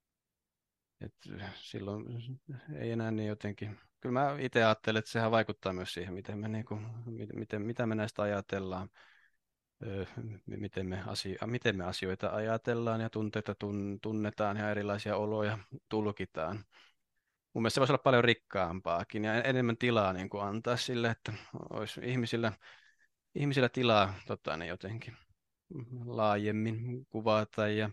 Et silloin ei enää niin jotenkin. Kyllä mä itse ajattelen, että sehän vaikuttaa myös siihen, miten me, niin kuin, mitä me näistä ajatellaan, öö, miten me asioita ajatellaan ja tunteita tunnetaan ja erilaisia oloja tulkitaan. Mun mielestä se voisi olla paljon rikkaampaakin ja enemmän tilaa niin kuin antaa sille, että olisi ihmisillä tilaa niin jotenkin laajemmin kuvata ja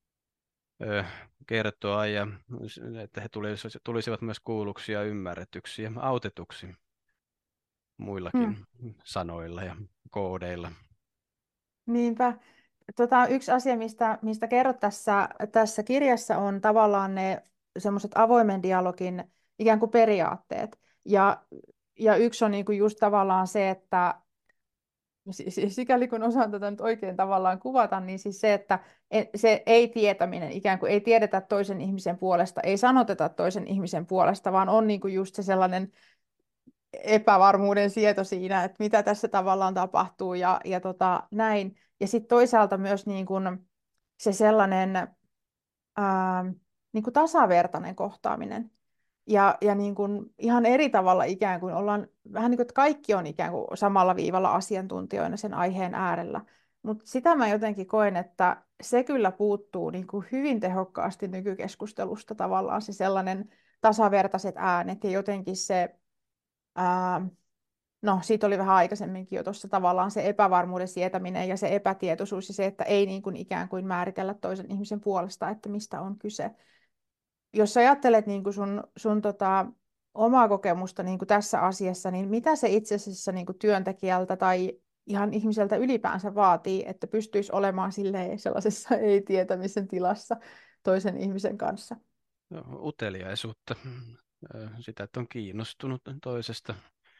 kertoa ja että he tulisivat myös kuulluksi ja ymmärretyksi ja autetuksi Hmm. muillakin sanoilla ja koodeilla. Niinpä. Yksi asia, mistä kerrot tässä kirjassa, on tavallaan ne semmoiset avoimen dialogin ikään kuin periaatteet. Ja yksi on niinku just tavallaan se, että sikäli kun osaan tätä nyt oikein tavallaan kuvata, niin siis se, että se ei-tietäminen, ikään kuin ei tiedetä toisen ihmisen puolesta, ei sanoteta toisen ihmisen puolesta, vaan on niinku just se sellainen epävarmuuden sieto siinä, että mitä tässä tavallaan tapahtuu ja näin. Ja sitten toisaalta myös niin kuin se sellainen niin kuin tasavertainen kohtaaminen. Ja niin kuin ihan eri tavalla ikään kuin ollaan, vähän niin kuin, että kaikki on ikään kuin samalla viivalla asiantuntijoina sen aiheen äärellä. Mutta sitä mä jotenkin koen, että se kyllä puuttuu niin kuin hyvin tehokkaasti nykykeskustelusta tavallaan se sellainen tasavertaiset äänet ja jotenkin se no siitä oli vähän aikaisemminkin jo tuossa tavallaan se epävarmuuden sietäminen ja se epätietoisuus ja se, että ei niin kuin ikään kuin määritellä toisen ihmisen puolesta, että mistä on kyse. Jos sä ajattelet niin kuin sun omaa kokemusta niin kuin tässä asiassa, niin mitä se itse asiassa niin kuin työntekijältä tai ihan ihmiseltä ylipäänsä vaatii, että pystyisi olemaan sellaisessa ei-tietämisen tilassa toisen ihmisen kanssa? Uteliaisuutta, sitä, että on kiinnostunut toisesta.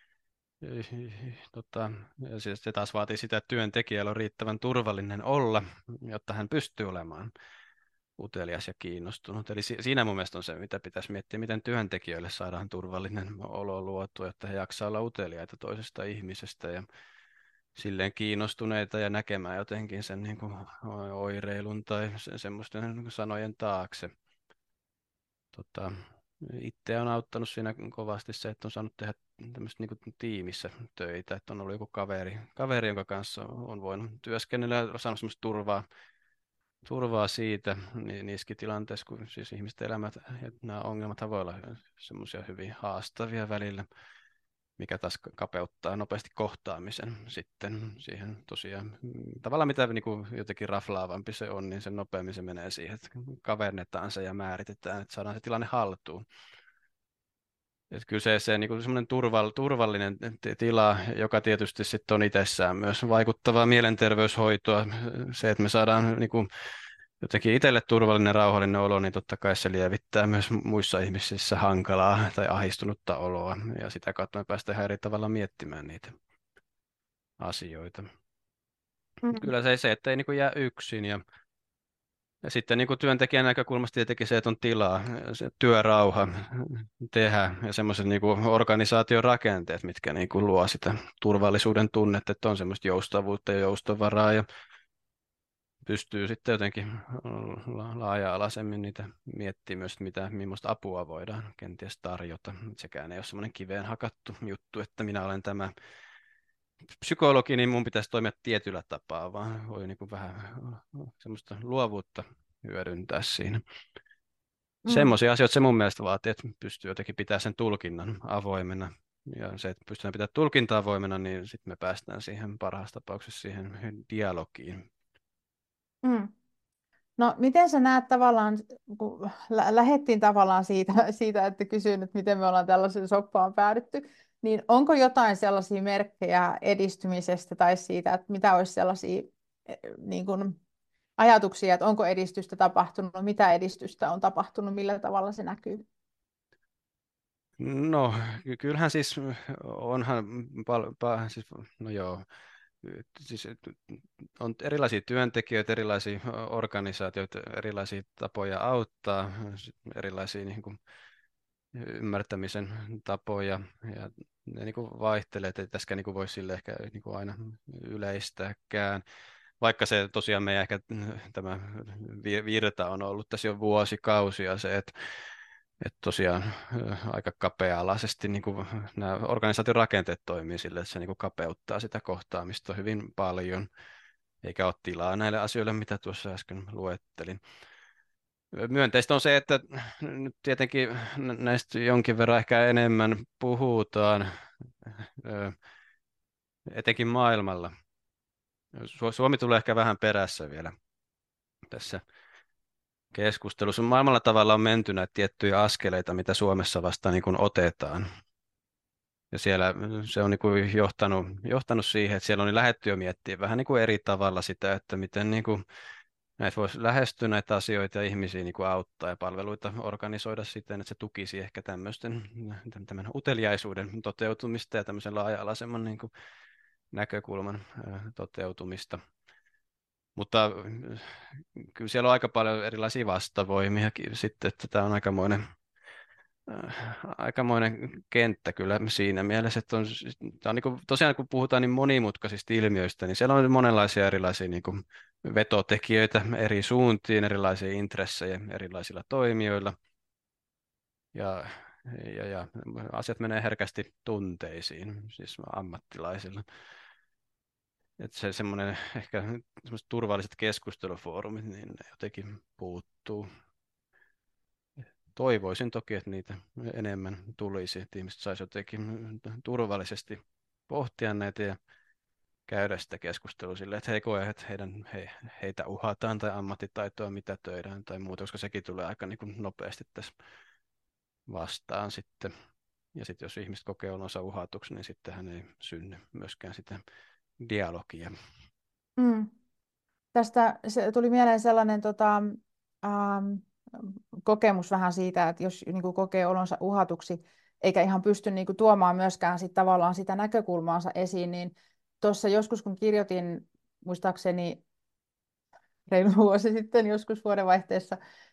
Ja siis se taas vaatii sitä, että työntekijällä on riittävän turvallinen olla, jotta hän pystyy olemaan utelias ja kiinnostunut. Eli siinä mun mielestä on se, mitä pitäisi miettiä, miten työntekijöille saadaan turvallinen olo luotua, jotta he jaksaa olla uteliaita toisesta ihmisestä ja silleen kiinnostuneita ja näkemään jotenkin sen niin kuin oireilun tai semmoisten niin kuin sanojen taakse. Itse on auttanut siinä kovasti se, että on saanut tehdä tämmöistä niin kuin tiimissä töitä, että on ollut joku kaveri, jonka kanssa on voinut työskennellä ja saanut semmoista turvaa siitä niissäkin tilanteissa, kun siis ihmisten elämät ja nämä ongelmat voi olla semmoisia hyvin haastavia välillä, mikä taas kapeuttaa nopeasti kohtaamisen sitten siihen tosiaan. Tavallaan mitä niin kuin jotenkin raflaavampi se on, niin sen nopeammin se menee siihen, että kavernetaan se ja määritetään, että saadaan se tilanne haltuun. Että kyllä se niin kuin semmoinen turvallinen tila, joka tietysti sitten on itsessään myös vaikuttavaa mielenterveyshoitoa. Se, että me saadaan niin kuin jotenkin itselle turvallinen, rauhallinen olo, niin totta kai se lievittää myös muissa ihmisissä hankalaa tai ahdistunutta oloa. Ja sitä kautta me päästään ihan eri tavalla miettimään niitä asioita. Kyllä se että ei niin kuin jää yksin. Ja sitten niin kuin työntekijän näkökulmasta tietenkin se, että on tilaa, se työrauha tehdä ja semmoiset niin kuin organisaation rakenteet, mitkä niin kuin luo sitä turvallisuuden tunnetta, että on semmoista joustavuutta ja joustovaraa ja pystyy sitten jotenkin laaja-alaisemmin niitä miettimään myös, millaista apua voidaan kenties tarjota. Sekään ei ole semmoinen kiveen hakattu juttu, että minä olen tämä psykologi, niin mun pitäisi toimia tietyllä tapaa, vaan voi niin kuin vähän semmoista luovuutta hyödyntää siinä. Semmoisia asioita se mun mielestä vaatii, että pystyy jotenkin pitämään sen tulkinnan avoimena. Ja se, että pystytään pitämään tulkintaa avoimena, niin sitten me päästään siihen parhaassa tapauksessa siihen dialogiin. No, miten sä näet tavallaan, kun lähdettiin tavallaan siitä, että kysyin, että miten me ollaan tällaisen soppaan päädytty, niin onko jotain sellaisia merkkejä edistymisestä tai siitä, että mitä olisi sellaisia niin kuin, ajatuksia, että onko edistystä tapahtunut, mitä edistystä on tapahtunut, millä tavalla se näkyy? No, kyllähän siis onhan siis, no joo, siis on erilaisia työntekijöitä, erilaisia organisaatioita, erilaisia tapoja auttaa, erilaisia niin kuin ymmärtämisen tapoja ja ne niin kuin vaihtelee, että ei tässäkään niin kuin voi sille ehkä niin kuin aina yleistääkään. Vaikka se tosiaan meidän ehkä tämä virta on ollut tässä jo vuosikausia se, että tosiaan aika kapea-alaisesti niin kuin nämä organisaation rakenteet toimii sille, että se niin kuin kapeuttaa sitä kohtaamista hyvin paljon, eikä ole tilaa näille asioille, mitä tuossa äsken luettelin. Myönteistä on se, että nyt tietenkin näistä jonkin verran ehkä enemmän puhutaan, etenkin maailmalla. Suomi tulee ehkä vähän perässä vielä tässä keskustelussa. Maailmalla tavalla on menty näitä tiettyjä askeleita, mitä Suomessa vasta niin kuin otetaan. Ja siellä se on niin kuin johtanut siihen, että siellä on lähdetty jo miettimään vähän niin kuin eri tavalla sitä, että miten niin kuin näitä voisi lähestyä näitä asioita ja ihmisiä niin kuin auttaa ja palveluita organisoida siten, että se tukisi ehkä tämän uteliaisuuden toteutumista ja tämmöisen laaja-alaisemman niin kuin näkökulman toteutumista. Mutta kyllä siellä on aika paljon erilaisia vastavoimia sitten, että tämä on aikamoinen kenttä kyllä siinä mielessä, että tämä on niin kuin, tosiaan kun puhutaan niin monimutkaisista ilmiöistä, niin siellä on monenlaisia erilaisia niin kuin vetotekijöitä eri suuntiin, erilaisia intressejä erilaisilla toimijoilla ja asiat menee herkästi tunteisiin, siis ammattilaisilla. Että se semmoinen ehkä semmoiset turvalliset keskustelufoorumit, niin ne jotenkin puuttuu. Toivoisin toki, että niitä enemmän tulisi, että ihmiset saisivat jotenkin turvallisesti pohtia näitä ja käydä sitä keskustelua silleen, että he ei koe, että heitä uhataan tai ammattitaitoa mitätöidään tai muuta, koska sekin tulee aika niin kuin nopeasti tässä vastaan sitten. Ja sitten jos ihmiset kokee olonsa uhatuksi, niin sittenhän ei synny myöskään sitä dialogia. Tästä se tuli mieleen sellainen kokemus vähän siitä, että jos niin kuin kokee olonsa uhatuksi, eikä ihan pysty niin kuin tuomaan myöskään sit tavallaan sitä näkökulmaansa esiin, niin tuossa joskus kun kirjoitin, muistaakseni reilu vuosi sitten, joskus vuodenvaihteessa,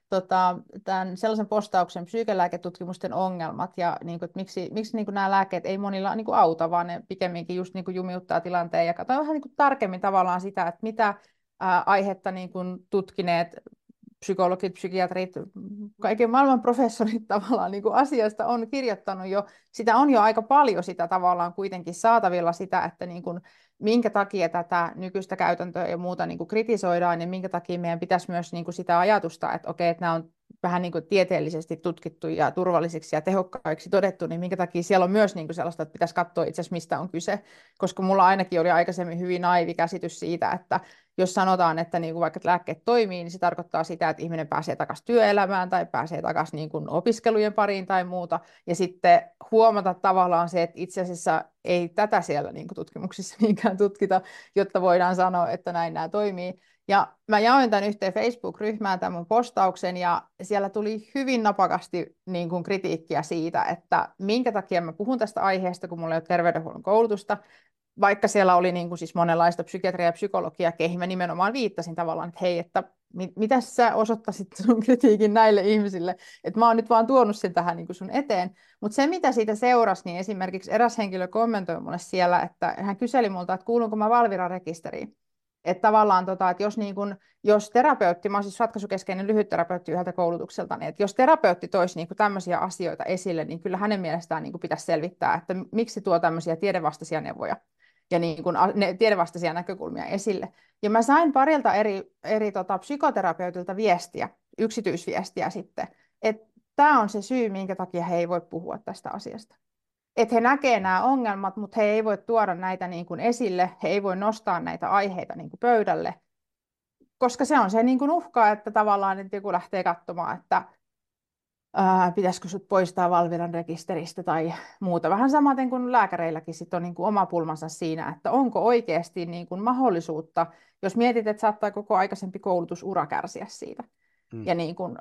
tämän sellaisen postauksen psyykelääketutkimusten ongelmat ja niin kuin, että miksi niin kuin nämä lääkkeet ei monilla niin kuin auta, vaan ne pikemminkin just niin kuin jumiuttaa tilanteen ja katsoin vähän niin kuin tarkemmin tavallaan sitä, että mitä aihetta niin kuin tutkineet psykologit, psykiatrit, kaiken maailman professorit tavallaan niin kuin asiasta on kirjoittanut jo, sitä on jo aika paljon sitä tavallaan kuitenkin saatavilla sitä, että niin kuin, minkä takia tätä nykyistä käytäntöä ja muuta niin kuin kritisoidaan ja minkä takia meidän pitäisi myös niin kuin sitä ajatusta, että okei, että nämä on vähän niin kuin tieteellisesti tutkittu ja turvallisiksi ja tehokkaiksi todettu, niin minkä takia siellä on myös niin kuin sellaista, että pitäisi katsoa itse asiassa mistä on kyse, koska mulla ainakin oli aikaisemmin hyvin naivi käsitys siitä, että jos sanotaan, että niin kuin vaikka lääkkeet toimii, niin se tarkoittaa sitä, että ihminen pääsee takaisin työelämään tai pääsee takaisin niin kuin opiskelujen pariin tai muuta. Ja sitten huomata tavallaan se, että itse asiassa ei tätä siellä niin kuin tutkimuksissa niinkään tutkita, jotta voidaan sanoa, että näin nämä toimii. Ja mä jaoin tämän yhteen Facebook-ryhmään tämän mun postauksen ja siellä tuli hyvin napakasti niin kuin kritiikkiä siitä, että minkä takia mä puhun tästä aiheesta, kun mulla ei ole terveydenhuollon koulutusta, vaikka siellä oli niin kuin siis monenlaista psykiatriaa ja psykologiaa, keihin mä nimenomaan viittasin tavallaan, että hei, että mitä sä osoittaisit sun kritiikin näille ihmisille, että mä oon nyt vaan tuonut sen tähän niin kuin sun eteen. Mutta se, mitä siitä seurasi, niin esimerkiksi eräs henkilö kommentoi mulle siellä, että hän kyseli multa, että kuulunko mä Valviran rekisteriin. Että tavallaan, että jos terapeutti, mä oon siis ratkaisukeskeinen lyhytterapeutti yhdeltä koulutukselta, niin että jos terapeutti toisi niin kuin tämmöisiä asioita esille, niin kyllä hänen mielestään niin kuin pitäisi selvittää, että miksi tuo tämmöisiä tiedevastaisia neuvoja ja niin kuin tiedevastaisia näkökulmia esille. Ja mä sain parilta eri psykoterapeutilta viestiä, yksityisviestiä sitten, että tämä on se syy, minkä takia he ei voi puhua tästä asiasta. Että he näkee nämä ongelmat, mutta he ei voi tuoda näitä niin kuin esille, he ei voi nostaa näitä aiheita niin kuin pöydälle, koska se on se niin kuin uhka, että tavallaan että joku lähtee katsomaan, että pitäisikö sut poistaa Valviran rekisteristä tai muuta. Vähän samaten kuin lääkäreilläkin sit on niin kuin oma pulmansa siinä, että onko oikeasti niin kuin mahdollisuutta, jos mietit, että saattaa koko aikaisempi koulutusura kärsiä siitä. Ja niin kuin,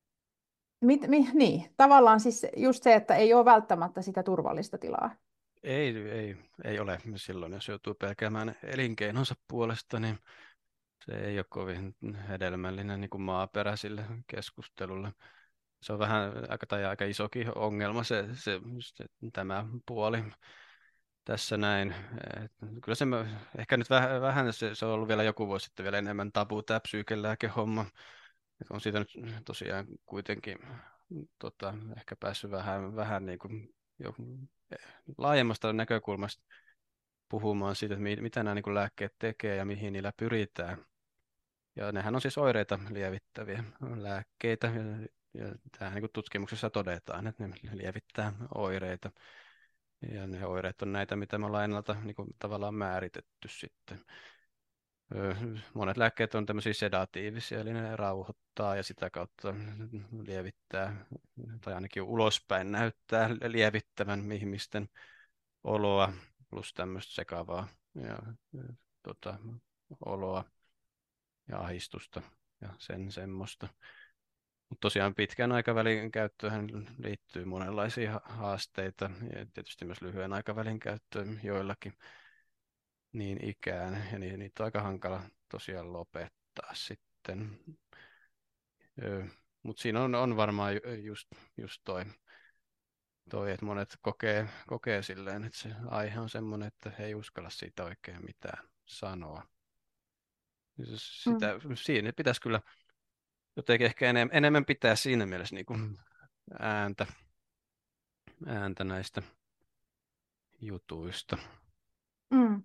niin, tavallaan siis just se, että ei ole välttämättä sitä turvallista tilaa. Ei ole. Silloin, jos joutuu pelkäämään elinkeinonsa puolesta, niin se ei ole kovin hedelmällinen niin kuin maaperäisille keskustelulle. Se on vähän aika isokin ongelma tämä puoli tässä näin. Kyllä se ehkä nyt vähän se on ollut vielä joku vuosi sitten vielä enemmän tabu tämä psyykelääkehomma. On siitä nyt tosiaan kuitenkin ehkä päässyt vähän niin kuin jo laajemmasta näkökulmasta puhumaan siitä, että mitä nämä niin kuin lääkkeet tekee ja mihin niillä pyritään. Ja nehän on siis oireita lievittäviä lääkkeitä. Ja tämähän niin kuin tutkimuksessa todetaan, että ne lievittää oireita. Ja ne oireet on näitä, mitä me ollaan ennalta niin kuin tavallaan määritetty sitten. Monet lääkkeet on tämmöisiä sedatiivisia, eli ne rauhoittaa ja sitä kautta lievittää, tai ainakin ulospäin näyttää lievittävän ihmisten oloa, plus tämmöistä sekavaa oloa ja ahdistusta ja semmoista. Mutta tosiaan pitkän aikavälin käyttöön liittyy monenlaisia haasteita ja tietysti myös lyhyen aikavälin käyttöön joillakin niin ikään, ja niitä on aika hankala tosiaan lopettaa sitten. Mutta siinä on varmaan just toi, että monet kokee silleen, että se aihe on semmoinen, että he ei uskalla siitä oikein mitään sanoa. Siinä pitäisi kyllä jotenkin ehkä enemmän pitää siinä mielessä niin kuin ääntä näistä jutuista. Mm.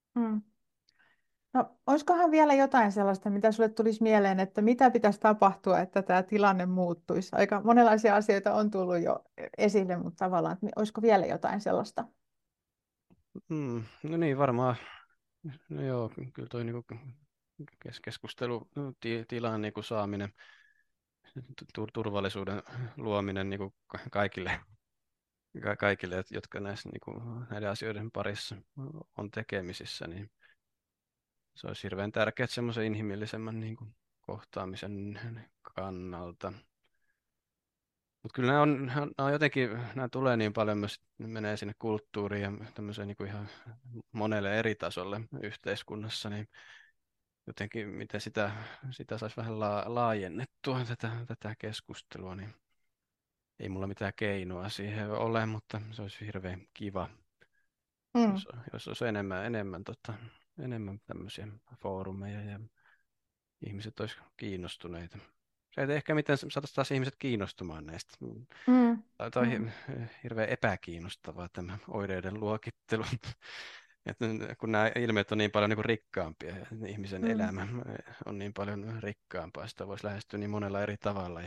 No, olisikohan vielä jotain sellaista, mitä sulle tulisi mieleen, että mitä pitäisi tapahtua, että tämä tilanne muuttuisi? Aika monenlaisia asioita on tullut jo esille, mutta tavallaan, että olisiko vielä jotain sellaista? No niin, varmaan. No joo, kyllä toi niinku keskustelutilan niinku saaminen, turvallisuuden luominen niinku kaikille, jotka niinku, näiden asioiden parissa on tekemisissä, niin se olisi hirveän tärkeää semmoisen inhimillisemmän niinku kohtaamisen kannalta. Mutta kyllä nämä on jotenkin, nämä tulee niin paljon myös, ne menee sinne kulttuuriin ja tämmöiseen niin kuin ihan monelle eri tasolle yhteiskunnassa, niin jotenkin miten sitä saisi vähän laajennettua tätä keskustelua, niin ei mulla mitään keinoa siihen ole, mutta se olisi hirveän kiva, Mm. jos olisi enemmän tämmöisiä foorumeja ja ihmiset olisi kiinnostuneita. Se, että ehkä miten saataisiin taas ihmiset kiinnostumaan näistä. Mm. Tämä Mm. on hirveän epäkiinnostavaa tämä oireiden luokittelu. Että kun nämä ilmiöt on niin paljon niin kuin rikkaampia ja ihmisen Mm. elämä on niin paljon rikkaampaa, sitä voisi lähestyä niin monella eri tavalla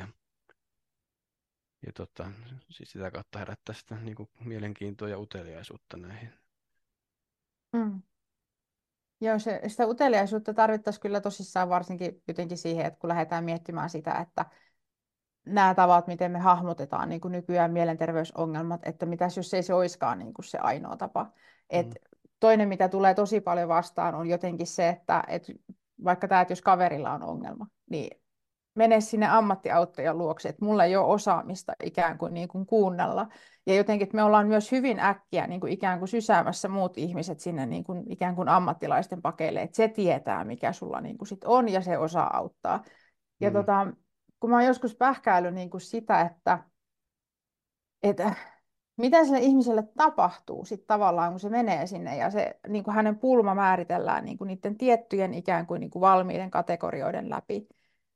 ja siis sitä kautta herättää sitä niin kuin mielenkiintoa ja uteliaisuutta näihin. Mm. Joo, sitä uteliaisuutta tarvittaisiin kyllä tosissaan varsinkin jotenkin siihen, että kun lähdetään miettimään sitä, että nämä tavat, miten me hahmotetaan niin kuin nykyään mielenterveysongelmat, että mitäs jos ei se olisikaan niin kuin se ainoa tapa. Mm. Et toinen, mitä tulee tosi paljon vastaan, on jotenkin se, että vaikka tämä, että jos kaverilla on ongelma, niin mene sinne ammattiauttajan luokse, että mulla ei ole osaamista ikään kuin kuunnella. Ja jotenkin, että me ollaan myös hyvin äkkiä niin kuin ikään kuin sysäämässä muut ihmiset sinne niin kuin ikään kuin ammattilaisten pakeille, että se tietää, mikä sulla niin kuin sit on ja se osaa auttaa. Ja Mm. kun mä oon joskus pähkäillyt niin kuin sitä, että mitä sille ihmiselle tapahtuu sitten tavallaan, kun se menee sinne ja se niin kuin hänen pulma määritellään niin kuin niiden tiettyjen ikään kuin valmiiden kategorioiden läpi.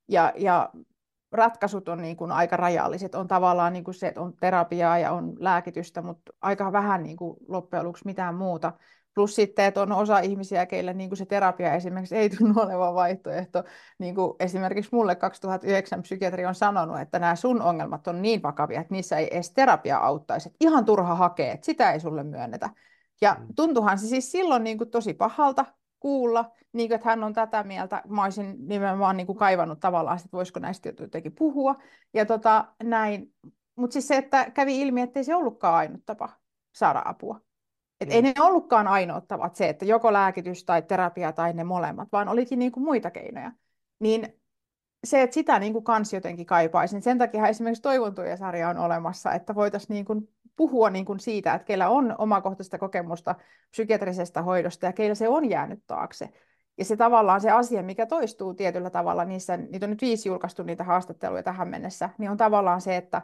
Ja ratkaisut on niin kuin aika rajalliset. On tavallaan niin kuin se, että on terapiaa ja on lääkitystä, mutta aika vähän niin kuin loppujen lopuksi mitään muuta. Plus sitten, että on osa ihmisiä, keille niin kuin se terapia esimerkiksi ei tunnu olevan vaihtoehto. Niin kuin esimerkiksi mulle 2009 psykiatri on sanonut, että nämä sun ongelmat on niin vakavia, että niissä ei edes terapia auttaisi. Että ihan turha hakea, että sitä ei sulle myönnetä. Ja Mm. tuntuhan se siis silloin niin kuin tosi pahalta kuulla, niin kuin, että hän on tätä mieltä. Mä olisin nimenomaan niin kuin kaivannut tavallaan, että voisiko näistä jotenkin puhua. Ja näin. Mutta siis se, että kävi ilmi, että ei se ollutkaan ainut tapa saada apua. Et ei Mm. ne ollutkaan ainoat tavat se, että joko lääkitys tai terapia tai ne molemmat, vaan olikin niin kuin muita keinoja. Niin se, että sitä niin kuin kans jotenkin kaipaisin. Sen takia esimerkiksi Toivon sarja on olemassa, että voitaisiin niin kuin puhua niin kuin siitä, että keillä on omakohtaista kokemusta psykiatrisesta hoidosta ja keillä se on jäänyt taakse. Ja se tavallaan se asia, mikä toistuu tietyllä tavalla niitä on nyt 5 julkaistu niitä haastatteluja tähän mennessä, niin on tavallaan se, että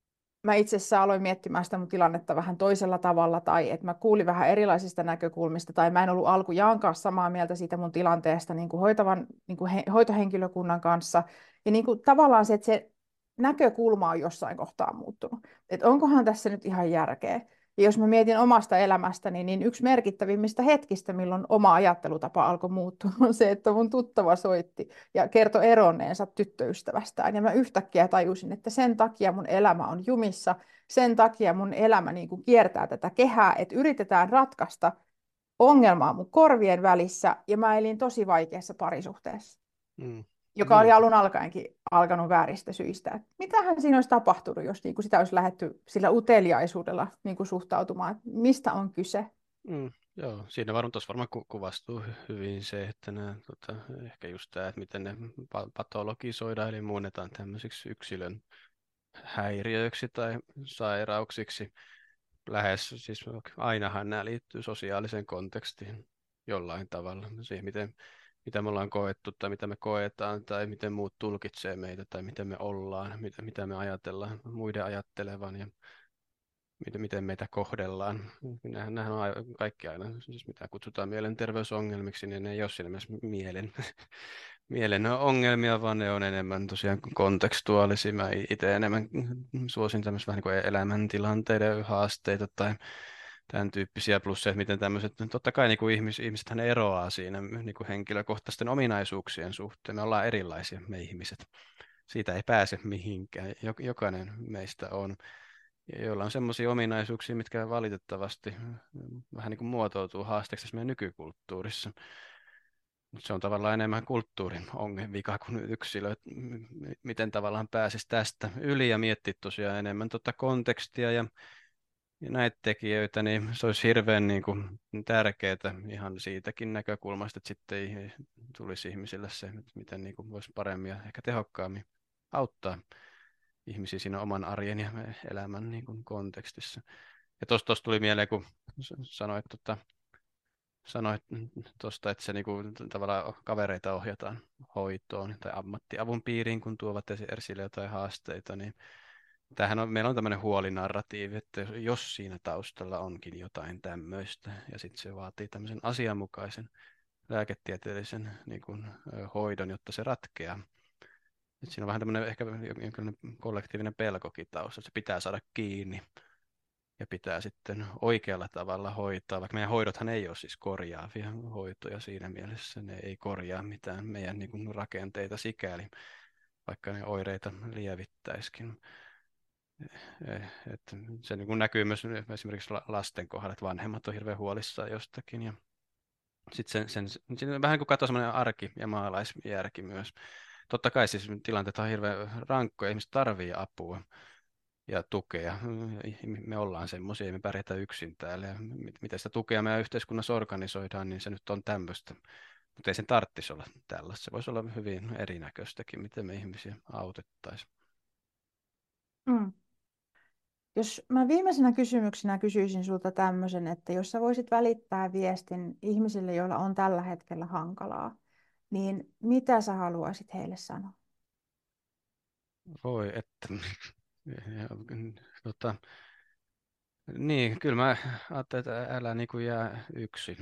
mä itse asiassa aloin miettimään sitä mun tilannetta vähän toisella tavalla, tai että mä kuulin vähän erilaisista näkökulmista, tai mä en ollut alkujaankaan samaa mieltä siitä mun tilanteesta niin kuin hoitavan niin kuin hoitohenkilökunnan kanssa. Ja niin kuin tavallaan se, että se näkökulma on jossain kohtaa muuttunut. Että onkohan tässä nyt ihan järkeä. Ja jos mä mietin omasta elämästäni, niin yksi merkittävimmistä hetkistä, milloin oma ajattelutapa alkoi muuttua, on se, että mun tuttava soitti ja kertoi eronneensa tyttöystävästään. Ja mä yhtäkkiä tajusin, että sen takia mun elämä on jumissa, sen takia mun elämä niin kuin kiertää tätä kehää, että yritetään ratkaista ongelmaa mun korvien välissä, ja mä elin tosi vaikeassa parisuhteessa, Mm. joka oli Niin. alun alkaenkin alkanut vääristä syistä. Että mitähän siinä olisi tapahtunut, jos niin kuin sitä olisi lähdetty sillä uteliaisuudella niin kuin suhtautumaan, että mistä on kyse? Joo, siinä varmaan kuvastuu hyvin se, että ehkä just tämä, että miten ne patologisoidaan, eli muunnetaan tämmöisiksi yksilön häiriöiksi tai sairauksiksi. Siis ainahan nämä liittyy sosiaaliseen kontekstiin jollain tavalla, siihen mitä me ollaan koettu tai mitä me koetaan tai miten muut tulkitsee meitä tai miten me ollaan, mitä me ajatellaan muiden ajattelevan ja miten meitä kohdellaan. Nämähän on kaikki aina, siis mitä kutsutaan mielenterveysongelmiksi, niin ne ei ole siinä mielessä mielen ongelmia, vaan ne on enemmän tosiaan kontekstuaalisia. Mä itse enemmän suosin tämmöistä vähän niin kuin elämäntilanteiden haasteita tai tämän tyyppisiä, plus se, että miten tämmöiset, totta kai niin kuin ihmisethän eroaa siinä niin kuin henkilökohtaisten ominaisuuksien suhteen. Me ollaan erilaisia, me ihmiset. Siitä ei pääse mihinkään. Jokainen meistä on. ja joilla on semmoisia ominaisuuksia, mitkä valitettavasti vähän niin kuin muotoutuu haasteeksi tässä meidän nykykulttuurissa. Mutta se on tavallaan enemmän kulttuurin vika kuin yksilö, että miten tavallaan pääsisi tästä yli ja miettiä tosiaan enemmän tuota kontekstia ja näitä tekijöitä, niin se olisi hirveän niin kuin tärkeää ihan siitäkin näkökulmasta, että sitten ei tulisi ihmisille se, että miten niin kuin voisi paremmin ja ehkä tehokkaammin auttaa ihmisiä siinä oman arjen ja elämän niin kuin kontekstissa. Ja tuosta tuli mieleen, kun sanoit, sanoit tuosta, että se niin kuin, tavallaan kavereita ohjataan hoitoon tai ammattiavun piiriin, kun tuovat esille jotain haasteita, niin meillä on tämmöinen huolinarratiivi, että jos siinä taustalla onkin jotain tämmöistä, ja sitten se vaatii tämmöisen asianmukaisen lääketieteellisen niin kuin, hoidon, jotta se ratkeaa. Et siinä on vähän tämmöinen ehkä jonkinlainen kollektiivinen pelkokin taustalla, että se pitää saada kiinni ja pitää sitten oikealla tavalla hoitaa, vaikka meidän hoidothan ei ole siis korjaavia hoitoja siinä mielessä, ne ei korjaa mitään meidän niin kuin, rakenteita sikäli, vaikka ne oireita lievittäisikin. Että se niin kuin näkyy myös esimerkiksi lasten kohdalla, että vanhemmat on hirveän huolissaan jostakin. Ja sitten vähän kuin katsoo semmoinen arki ja maalaisjärki myös. Totta kai siis tilanteet on hirveän rankkoja, ihmiset tarvii apua ja tukea. Me ollaan semmoisia, me pärjätään yksin täällä. Ja miten sitä tukea meidän yhteiskunnassa organisoidaan, niin se nyt on tämmöistä. Mutta ei sen tarvitsisi olla tällaista. Se voisi olla hyvin erinäköistäkin, miten me ihmisiä autettaisiin. Mm. Jos mä viimeisenä kysymyksenä kysyisin sulta tämmöisen, että jos sä voisit välittää viestin ihmisille, joilla on tällä hetkellä hankalaa, niin mitä sä haluaisit heille sanoa? Voi, että ja, tota, niin, kyllä mä ajattelin, että älä niin kuin jää yksin.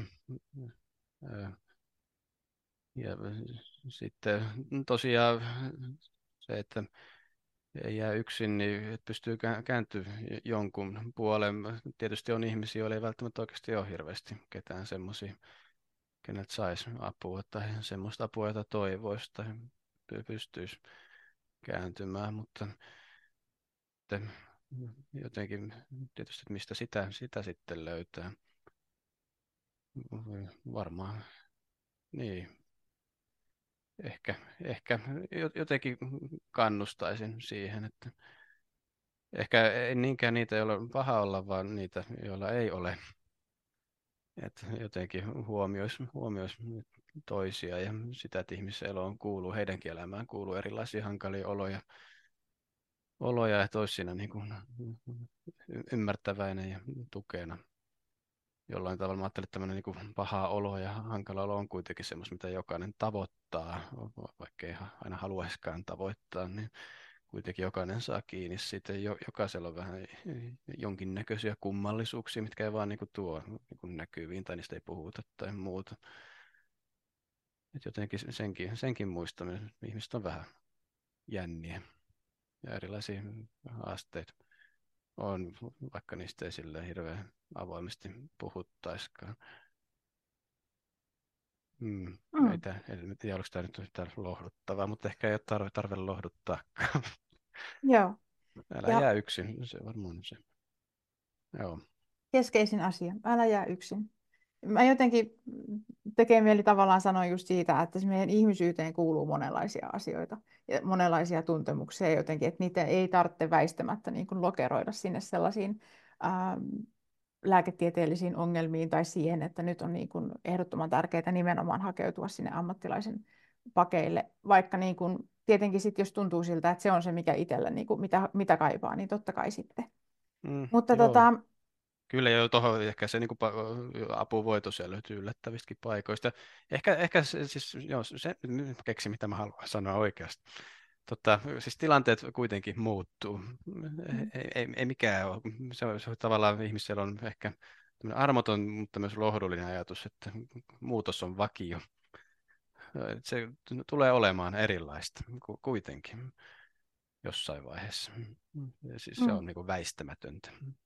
Ja sitten tosiaan se, että ei jää yksin, niin että pystyy kääntyä jonkun puolen. Tietysti on ihmisiä, joilla ei välttämättä oikeasti ole hirveästi ketään semmoisia, keneltä saisi apua tai semmoista apua, jota toivoisi tai pystyisi kääntymään, mutta jotenkin tietysti, että mistä sitä sitten löytää. Varmaan, niin, ehkä jotenkin kannustaisin siihen, että ehkä ei niinkään niitä, joilla on paha olla, vaan niitä, joilla ei ole. Että jotenkin huomioisi toisia ja sitä, että ihmiseloon kuuluu, heidänkin elämään kuuluu erilaisia hankalia oloja ja toisina niin kuin ymmärtäväinen ja tukena. Jollain tavalla mä ajattelin, että tämmöinen niin kuin paha olo ja hankala olo on kuitenkin semmoista, mitä jokainen tavoittaa, vaikka ei aina haluaisikaan tavoittaa, niin kuitenkin jokainen saa kiinni siitä. Jokaisella on vähän jonkinnäköisiä kummallisuuksia, mitkä ei vaan niin kuin tuo niin kuin näkyviin tai niistä ei puhuta tai muuta. Et jotenkin senkin muistaminen, ihmiset on vähän jänniä ja erilaisia haasteita on, vaikka niistä ei silleen hirveän avoimesti puhuttaisikaan. En tiedä, oliko tämä nyt yhtään lohduttavaa, mutta ehkä ei ole tarve lohduttaakaan. Joo. Älä jää yksin, se varmaan on se. Joo. Keskeisin asia, älä jää yksin. Mä jotenkin tekee mieli tavallaan sanoa just siitä, että meidän ihmisyyteen kuuluu monenlaisia asioita ja monenlaisia tuntemuksia jotenkin, että niitä ei tarvitse väistämättä niin kuin lokeroida sinne sellaisiin lääketieteellisiin ongelmiin tai siihen, että nyt on niin kuin ehdottoman tärkeää nimenomaan hakeutua sinne ammattilaisen pakeille, vaikka niin kuin, tietenkin sit, jos tuntuu siltä, että se on se, mikä itsellä niin kuin, mitä kaipaa, niin totta kai sitten. Mutta Joo. Kyllä jo tuohon ehkä se niin kuin, apu voi tosiaan löytyä yllättävistäkin paikoista. Ehkä siis, joo, se keksi, mitä mä haluan sanoa oikeasti. Siis tilanteet kuitenkin muuttuu. Ei mikään ole. Se on tavallaan ihmisellä on ehkä armoton, mutta myös lohdullinen ajatus, että muutos on vakio. Se tulee olemaan erilaista kuitenkin jossain vaiheessa. Ja siis se on niin kuin väistämätöntä.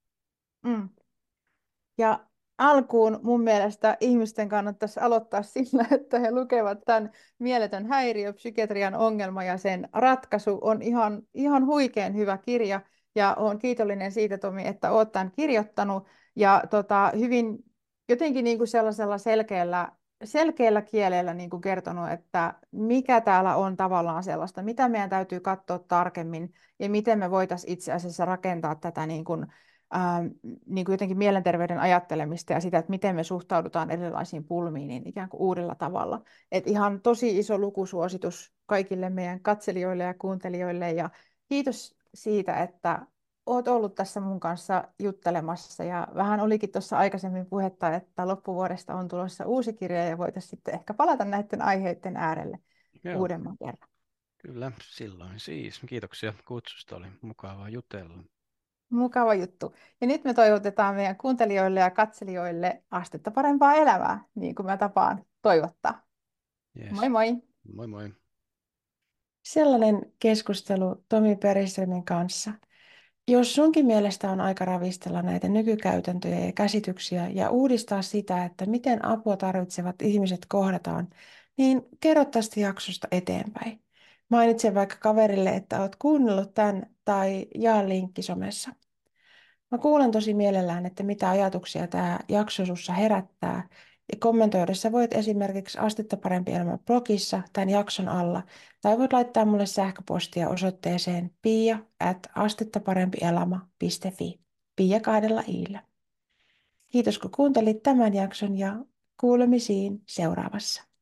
Ja alkuun mun mielestä ihmisten kannattaisi aloittaa sillä, että he lukevat tämän Mieletön häiriö, psykiatrian ongelma ja sen ratkaisu on ihan huikean hyvä kirja. Ja olen kiitollinen siitä, Tomi, että olet tämän kirjoittanut ja hyvin jotenkin niin kuin sellaisella selkeällä kielellä niin kuin kertonut, että mikä täällä on tavallaan sellaista, mitä meidän täytyy katsoa tarkemmin ja miten me voitaisiin itse asiassa rakentaa tätä niin kuin jotenkin mielenterveyden ajattelemista ja sitä, että miten me suhtaudutaan erilaisiin pulmiin niin ikään kuin uudella tavalla. Et ihan tosi iso lukusuositus kaikille meidän katselijoille ja kuuntelijoille ja kiitos siitä, että olet ollut tässä mun kanssa juttelemassa ja vähän olikin tuossa aikaisemmin puhetta, että loppuvuodesta on tulossa uusi kirja ja voitaisiin sitten ehkä palata näiden aiheiden äärelle Joo, uudemman kerran. kyllä, silloin siis. Kiitoksia kutsusta, oli mukavaa jutella. Mukava juttu. Ja nyt me toivotetaan meidän kuuntelijoille ja katselijoille astetta parempaa elämää, niin kuin mä tapaan toivottaa. Yes. Moi moi! Moi moi. Sellainen keskustelu Tomi Periströmin kanssa. Jos sunkin mielestä on aika ravistella näitä nykykäytäntöjä ja käsityksiä ja uudistaa sitä, että miten apua tarvitsevat ihmiset kohdataan, niin kerro tästä jaksosta eteenpäin. Mainitse vaikka kaverille, että oot kuunnellut tämän tai jaa linkki somessa. Mä kuulen tosi mielellään, että mitä ajatuksia tämä jakso sussa herättää. Ja kommentoidessa voit esimerkiksi Astetta parempi elämä blogissa tämän jakson alla, tai voit laittaa mulle sähköpostia osoitteeseen pia@astettaparempielämä.fi. Pia 2 i:llä. Kiitos kun kuuntelit tämän jakson ja kuulemisiin seuraavassa.